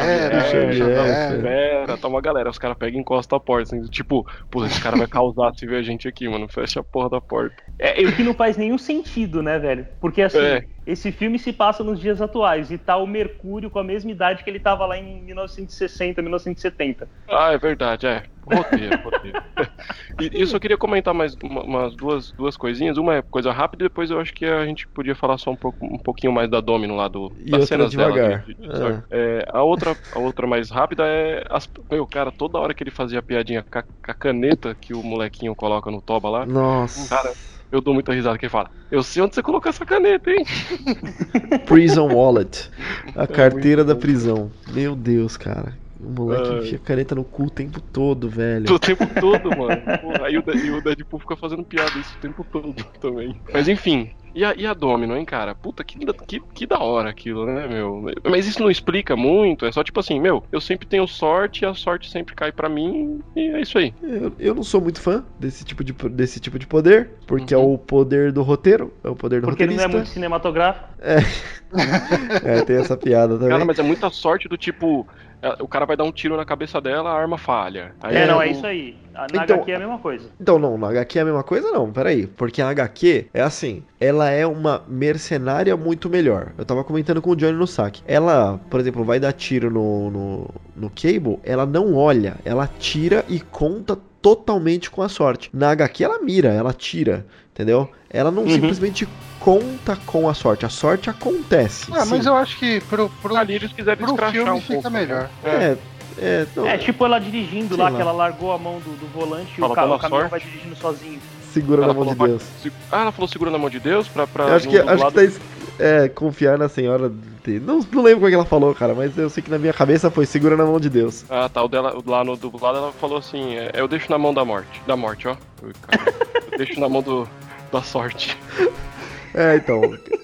Xavier, tá uma galera. Os caras pegam e encostam a porta, assim, tipo, pô, esse cara vai causar se ver a gente aqui, mano. Fecha a porra da porta. O que não faz nenhum sentido, né, velho? Porque assim, esse filme se passa nos dias atuais e tá o Mercúrio com a mesma idade que ele tava lá em 1960, 1970. Ah, é verdade, Roteiro. E eu só queria comentar mais umas duas coisinhas. Uma é coisa rápida e depois eu acho que a gente podia falar só um pouquinho mais da Domino lá, das cenas devagar. dela. A outra mais rápida é... Meu, cara, toda hora que ele fazia a piadinha com a caneta que o molequinho coloca no toba lá... Nossa... Cara, eu dou muita risada que ele fala, eu sei onde você colocou essa caneta, hein? Prison Wallet. A carteira da prisão. Meu Deus, cara. O moleque enfia a caneta no cu o tempo todo, velho. O tempo todo, mano. Porra, aí o Deadpool fica fazendo piada isso o tempo todo também. Mas enfim, e a Domino, hein, cara? Puta, que da hora aquilo, né, meu? Mas isso não explica muito, é só tipo assim, meu, eu sempre tenho sorte e a sorte sempre cai pra mim e é isso aí. Eu não sou muito fã desse tipo de poder, porque é o poder do roteiro, é o poder do porque roteirista. Porque ele não é muito cinematográfico. Tem essa piada também. Cara, mas é muita sorte do tipo... O cara vai dar um tiro na cabeça dela, a arma falha. Aí é isso aí. Na HQ é a mesma coisa. Então, não, na HQ é a mesma coisa não, peraí. Porque a HQ é assim, ela é uma mercenária muito melhor. Eu tava comentando com o Johnny no saque. Ela, por exemplo, vai dar tiro no Cable, ela não olha, ela tira e conta totalmente com a sorte. Na HQ ela mira, ela tira, entendeu? Ela não simplesmente conta com a sorte acontece. Mas eu acho que pro eles quiserem filme um fica pouco melhor. Tipo ela dirigindo lá, que ela largou a mão do volante e o caminhão vai dirigindo sozinho. Segura na mão de Deus. Ela falou segura na mão de Deus pra eu acho que tá confiar na senhora. Não lembro como é que ela falou, cara, mas eu sei que na minha cabeça foi segura na mão de Deus. Ah, tá, lá no dublado ela falou assim, eu deixo na mão da morte. Da morte, ó. Eu deixo na mão da sorte. Então.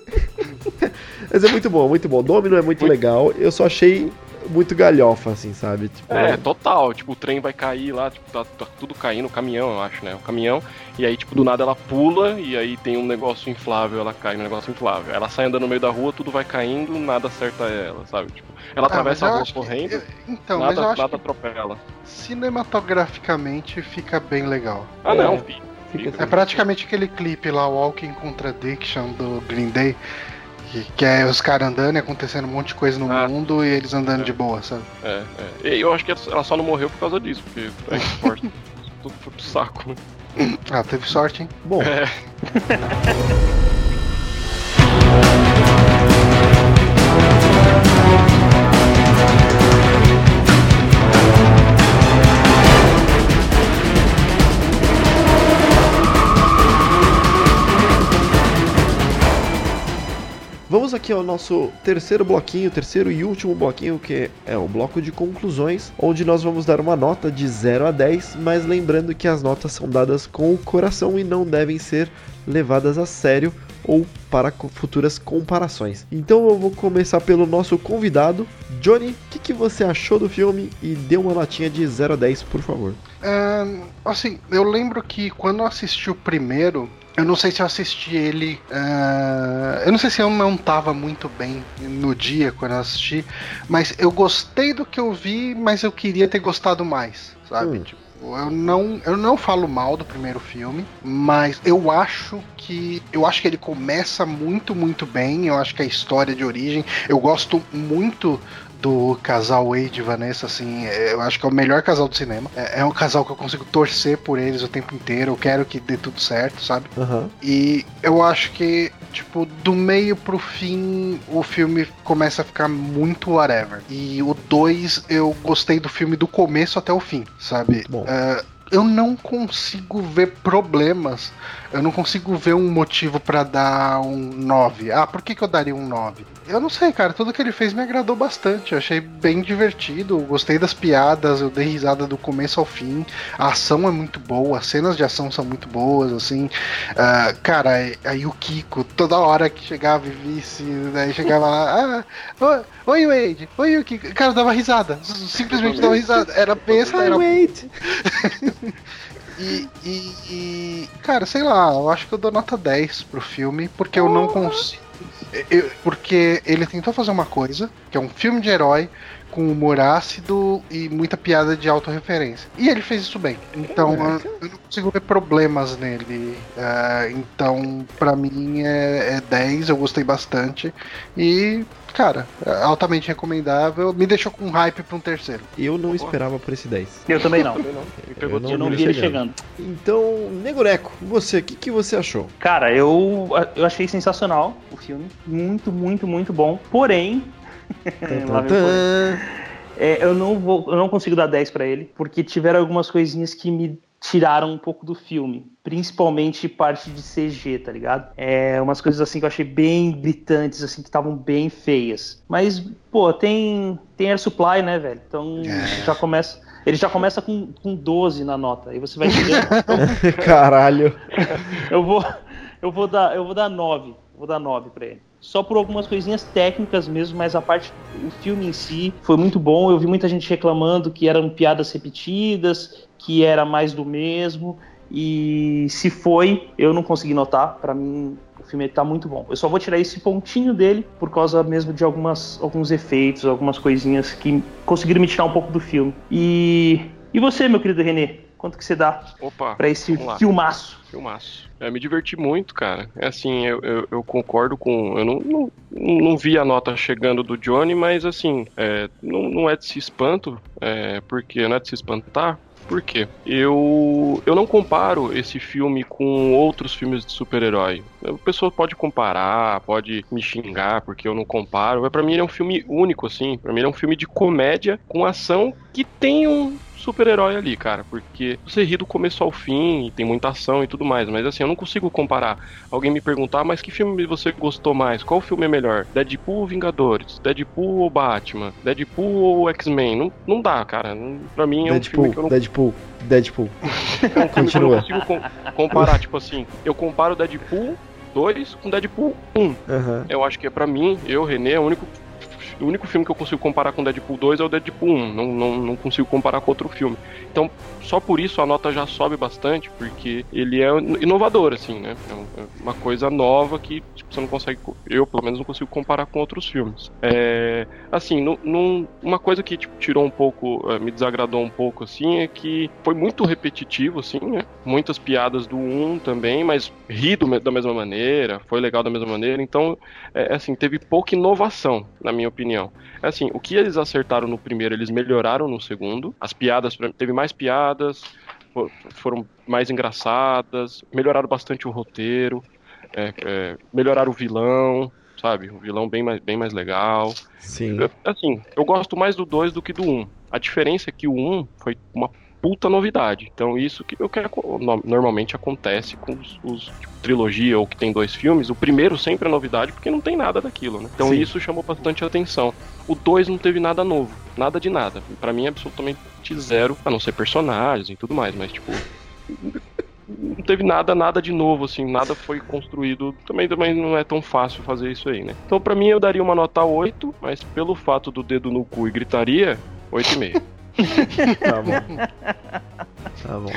Mas é muito bom, muito bom. Domino é muito legal. Eu só achei muito galhofa, assim, sabe? Tipo, total. Tipo, o trem vai cair lá, tipo, tá tudo caindo, o caminhão, eu acho, né? O caminhão. E aí, tipo, do nada ela pula e aí tem um negócio inflável, ela cai no negócio inflável. Ela sai andando no meio da rua, tudo vai caindo, nada acerta ela, sabe? Tipo, ela atravessa a rua correndo, nada atropela ela. Cinematograficamente fica bem legal. Não, é praticamente aquele clipe lá, Walking Contradiction do Green Day, que é os caras andando e acontecendo um monte de coisa no mundo e eles andando de boa, sabe? Eu acho que ela só não morreu por causa disso, porque é forte. Tudo foi pro saco, né? Teve sorte, hein? Bom. Vamos aqui ao nosso terceiro e último bloquinho, que é o bloco de conclusões, onde nós vamos dar uma nota de 0 a 10, mas lembrando que as notas são dadas com o coração e não devem ser levadas a sério ou para futuras comparações. Então eu vou começar pelo nosso convidado. Johnny, o que você achou do filme? E dê uma notinha de 0 a 10, por favor. Assim, eu lembro que quando eu assisti o primeiro, eu não sei se eu assisti ele. Eu não sei se eu não tava muito bem no dia quando eu assisti, mas eu gostei do que eu vi, mas eu queria ter gostado mais, sabe? Tipo, eu não falo mal do primeiro filme, mas eu acho que ele começa muito, muito bem. Eu acho que a história de origem, eu gosto muito do casal Wade e Vanessa, assim, eu acho que é o melhor casal do cinema. É um casal que eu consigo torcer por eles o tempo inteiro, eu quero que dê tudo certo, sabe? E eu acho que, tipo, do meio pro fim, o filme começa a ficar muito whatever. E o 2, eu gostei do filme do começo até o fim, sabe? Eu não consigo ver problemas Eu não consigo ver um motivo pra dar um 9. Ah, por que eu daria um 9? Eu não sei, cara. Tudo que ele fez me agradou bastante. Eu achei bem divertido. Gostei das piadas. Eu dei risada do começo ao fim. A ação é muito boa. As cenas de ação são muito boas, assim. Cara, aí o Kiko, toda hora que chegava e visse, daí chegava lá. Oi, Wade. Oi, o Kiko. Cara, dava risada. Simplesmente dava risada. Era besta, era. Wade. E, cara, sei lá, eu acho que eu dou nota 10 pro filme, porque eu não consigo. Porque ele tentou fazer uma coisa, que é um filme de herói, com humor ácido e muita piada de autorreferência. E ele fez isso bem. Então eu não consigo ver problemas nele. Então, pra mim, é 10, eu gostei bastante. E, cara, altamente recomendável. Me deixou com hype pra um terceiro. Eu não esperava por esse 10. Eu também não. Eu não vi ele chegando. Então, Negoreco, você, o que você achou? Cara, eu achei sensacional o filme. Muito, muito, muito bom. Porém, eu não consigo dar 10 pra ele, porque tiveram algumas coisinhas que me tiraram um pouco do filme, principalmente parte de CG, tá ligado? Umas coisas assim que eu achei bem gritantes, assim, que estavam bem feias. Mas, pô, tem Air Supply, né, velho? Então ele já começa com 12 na nota, aí você vai chegando. Então, caralho. Eu vou dar 9. Vou dar 9 pra ele. Só por algumas coisinhas técnicas mesmo, mas o filme em si foi muito bom. Eu vi muita gente reclamando que eram piadas repetidas, que era mais do mesmo. E se foi, eu não consegui notar. Pra mim, o filme tá muito bom. Eu só vou tirar esse pontinho dele por causa mesmo de alguns efeitos, algumas coisinhas que conseguiram me tirar um pouco do filme. E você, meu querido Renê? Quanto que você dá pra esse filmaço? Filmaço. Me diverti muito, cara. Assim, eu concordo com... Eu não vi a nota chegando do Johnny, mas assim, não é de se espanto, porque não é de se espantar. Por quê? Eu não comparo esse filme com outros filmes de super-herói. A pessoa pode comparar, pode me xingar porque eu não comparo, mas pra mim ele é um filme único, assim. Pra mim ele é um filme de comédia com ação que tem um super-herói ali, cara, porque você ri do começo ao fim, tem muita ação e tudo mais, mas assim, eu não consigo comparar. Alguém me perguntar, mas que filme você gostou mais? Qual filme é melhor? Deadpool ou Vingadores? Deadpool ou Batman? Deadpool ou X-Men? Não dá, cara. Pra mim é um filme que eu não... Deadpool. É um filme que eu não consigo comparar, tipo assim, eu comparo Deadpool 2 com Deadpool 1. Uhum. Eu acho que pra mim, René, é o único filme que eu consigo comparar com Deadpool 2 é o Deadpool 1, não consigo comparar com outro filme. Então, só por isso a nota já sobe bastante, porque ele é inovador, assim, né? É uma coisa nova que tipo, você não consegue... Eu, pelo menos, não consigo comparar com outros filmes. Assim, uma coisa que tipo, tirou um pouco, me desagradou um pouco, assim, é que foi muito repetitivo, assim, né? Muitas piadas do 1 também, mas ri da mesma maneira, foi legal da mesma maneira. Então, assim, teve pouca inovação, na minha opinião. Assim, o que eles acertaram no primeiro, eles melhoraram no segundo. As piadas, teve mais piadas, foram mais engraçadas, melhoraram bastante o roteiro, melhoraram o vilão, sabe? O vilão bem mais legal. Sim. Assim, eu gosto mais do 2 do que do 1. A diferença é que o 1 foi uma puta novidade. Então isso que normalmente acontece com os tipo, trilogia ou que tem 2 filmes. O primeiro sempre é novidade porque não tem nada daquilo, né? Então isso chamou bastante atenção. O 2 não teve nada novo, nada de nada. Pra mim absolutamente zero, a não ser personagens e tudo mais, mas tipo não teve nada de novo, assim, nada foi construído. Também não é tão fácil fazer isso aí, né? Então pra mim eu daria uma nota 8, mas pelo fato do dedo no cu e gritaria, 8,5. Tá bom.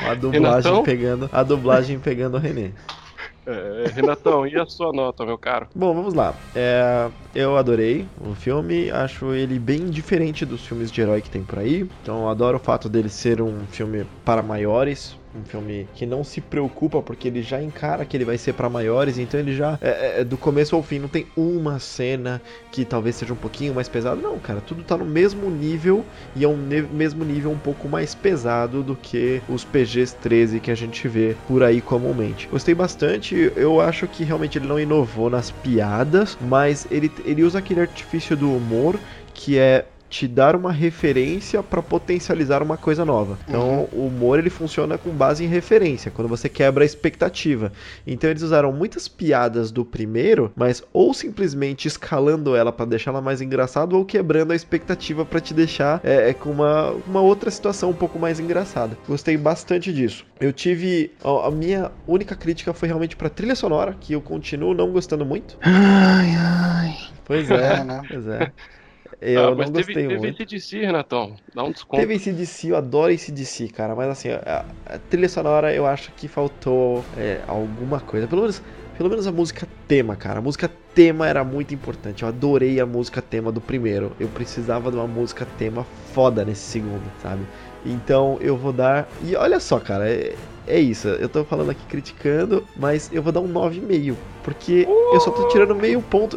A dublagem pegando o René. Renatão, e a sua nota, meu caro? Bom, vamos lá. Eu adorei o filme, acho ele bem diferente dos filmes de herói que tem por aí. Então eu adoro o fato dele ser um filme para maiores, um filme que não se preocupa porque ele já encara que ele vai ser pra maiores, então ele já do começo ao fim não tem uma cena que talvez seja um pouquinho mais pesada, não, cara, tudo tá no mesmo nível e é um mesmo nível um pouco mais pesado do que os PGs 13 que a gente vê por aí comumente. Gostei bastante, eu acho que realmente ele não inovou nas piadas, mas ele usa aquele artifício do humor que é te dar uma referência para potencializar uma coisa nova. Então, o humor ele funciona com base em referência, quando você quebra a expectativa. Então, eles usaram muitas piadas do primeiro, mas ou simplesmente escalando ela para deixar ela mais engraçada, ou quebrando a expectativa para te deixar com uma outra situação um pouco mais engraçada. Gostei bastante disso. Eu tive... A minha única crítica foi realmente pra trilha sonora, que eu continuo não gostando muito. Ai. Pois é, né? Pois é. Eu não gostei muito. Teve AC/DC, Renatão. Dá um desconto. Teve AC/DC, eu adoro AC/DC, cara. Mas assim, a trilha sonora eu acho que faltou alguma coisa. Pelo menos a música tema, cara. A música tema era muito importante. Eu adorei a música tema do primeiro. Eu precisava de uma música tema foda nesse segundo, sabe? Então eu vou dar... E olha só, cara, é isso. Eu tô falando aqui criticando, mas eu vou dar um 9,5. Porque eu só tô tirando meio ponto.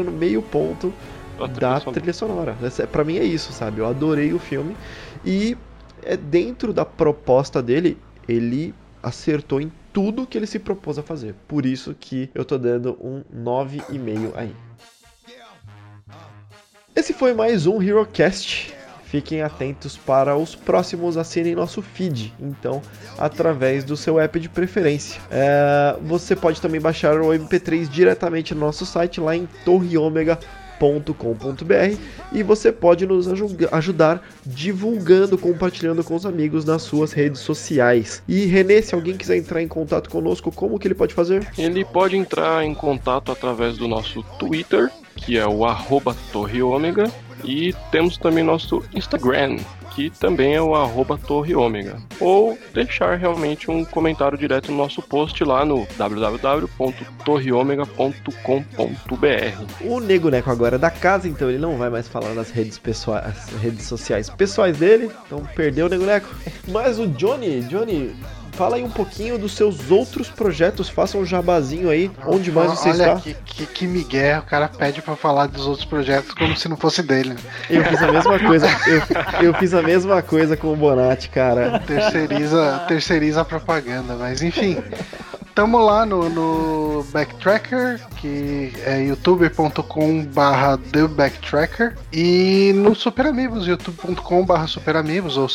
Da trilha sonora. Pra mim é isso, sabe? Eu adorei o filme. E dentro da proposta dele, ele acertou em tudo que ele se propôs a fazer. Por isso que eu tô dando um 9,5 aí. Esse foi mais um HeroCast. Fiquem atentos para os próximos, assinem nosso feed, então, através do seu app de preferência. Você pode também baixar o MP3 diretamente no nosso site, lá em torreomega.com.br, e você pode nos ajudar divulgando, compartilhando com os amigos nas suas redes sociais. E Renê, se alguém quiser entrar em contato conosco, como que ele pode fazer? Ele pode entrar em contato através do nosso Twitter, que é o @torreomega, e temos também nosso Instagram, que também é o @torreomega, ou deixar realmente um comentário direto no nosso post lá no www.torreomega.com.br. O Nego Neco agora é da casa, então ele não vai mais falar nas redes sociais pessoais dele, então perdeu o Nego Neco. Mas o Johnny, fala aí um pouquinho dos seus outros projetos, faça um jabazinho aí, onde mais você está. Olha que migué, o cara pede pra falar dos outros projetos como se não fosse dele. Eu fiz a mesma coisa, eu fiz a mesma coisa com o Bonatti, cara. Terceiriza a propaganda, mas enfim. Tamo lá no Backtracker, que é youtube.com/TheBacktracker, e no Super Amigos, youtube.com/superamigos ou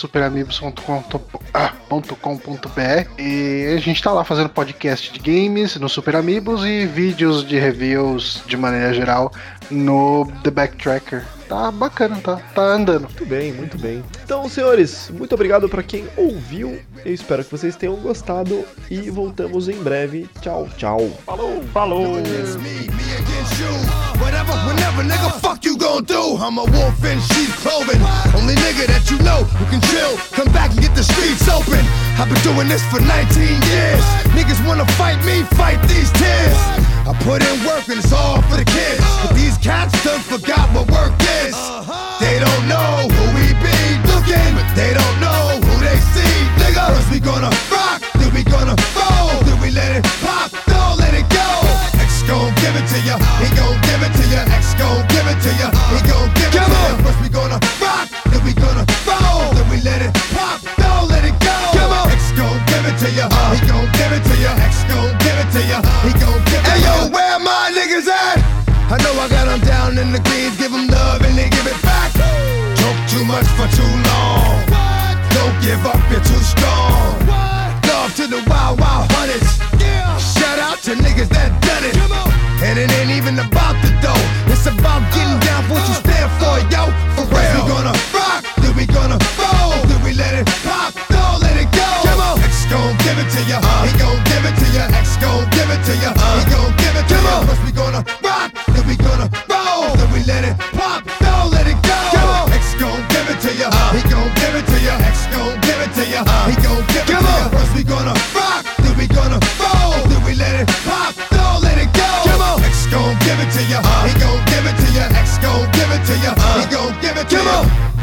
superamigos.com.br. E a gente tá lá fazendo podcast de games no Super Amigos e vídeos de reviews de maneira geral no The Backtracker. Tá bacana, tá andando. Muito bem. Então, senhores, muito obrigado pra quem ouviu. Eu espero que vocês tenham gostado e voltamos em breve. Tchau, tchau. Falou. Whatever, whenever, nigga, fuck you gon' do? I'm a wolf in sheep's clothing. Only nigga that you know who can chill. Come back and get the streets open. I've been doing this for 19 years. Niggas wanna fight me, fight these tears. I put in work and it's all for the kids. But these cats done forgot what work is. They don't know who we be looking, but they don't know who they see. Nigga, first we gonna rock, then we gonna roll, then we let it pop, don't let it go. X gon' give it to ya, he gon' give it to ya. X gon' give it to ya, he gon' give it to ya. First we gonna rock, then we gonna roll, then we let it pop, don't let it go. X gon' give it to ya, he gon' give it to ya. X gon' give it to ya, he gon' give it to ya. Hey yo, where my niggas at? I know I got them down in the greens, give them love and they give it back. Talk too much for too long. Don't give up, you're too strong. Love to the wild, wild hunters. Shout out to niggas that done it. And it ain't even about the dough. It's about getting down for what you stand for, yo. For real. We gonna rock, then we gonna roll, then we let it pop, don't let it go. X gon' give it to ya, he gon' give it to ya. X gon' give it to ya, he gon' give it to ya. First we gonna rock, then we gonna roll, then we let it pop, don't let it go. X gon' give it to ya, he gon' give it to ya. X gon' give it to ya, he gon' give it to ya. First we gonna rock, then we gonna roll, then we let it pop, don't let it go. X gon' give it to ya, he gon' give it to ya. X gon' give it to ya, he gon' give it to ya.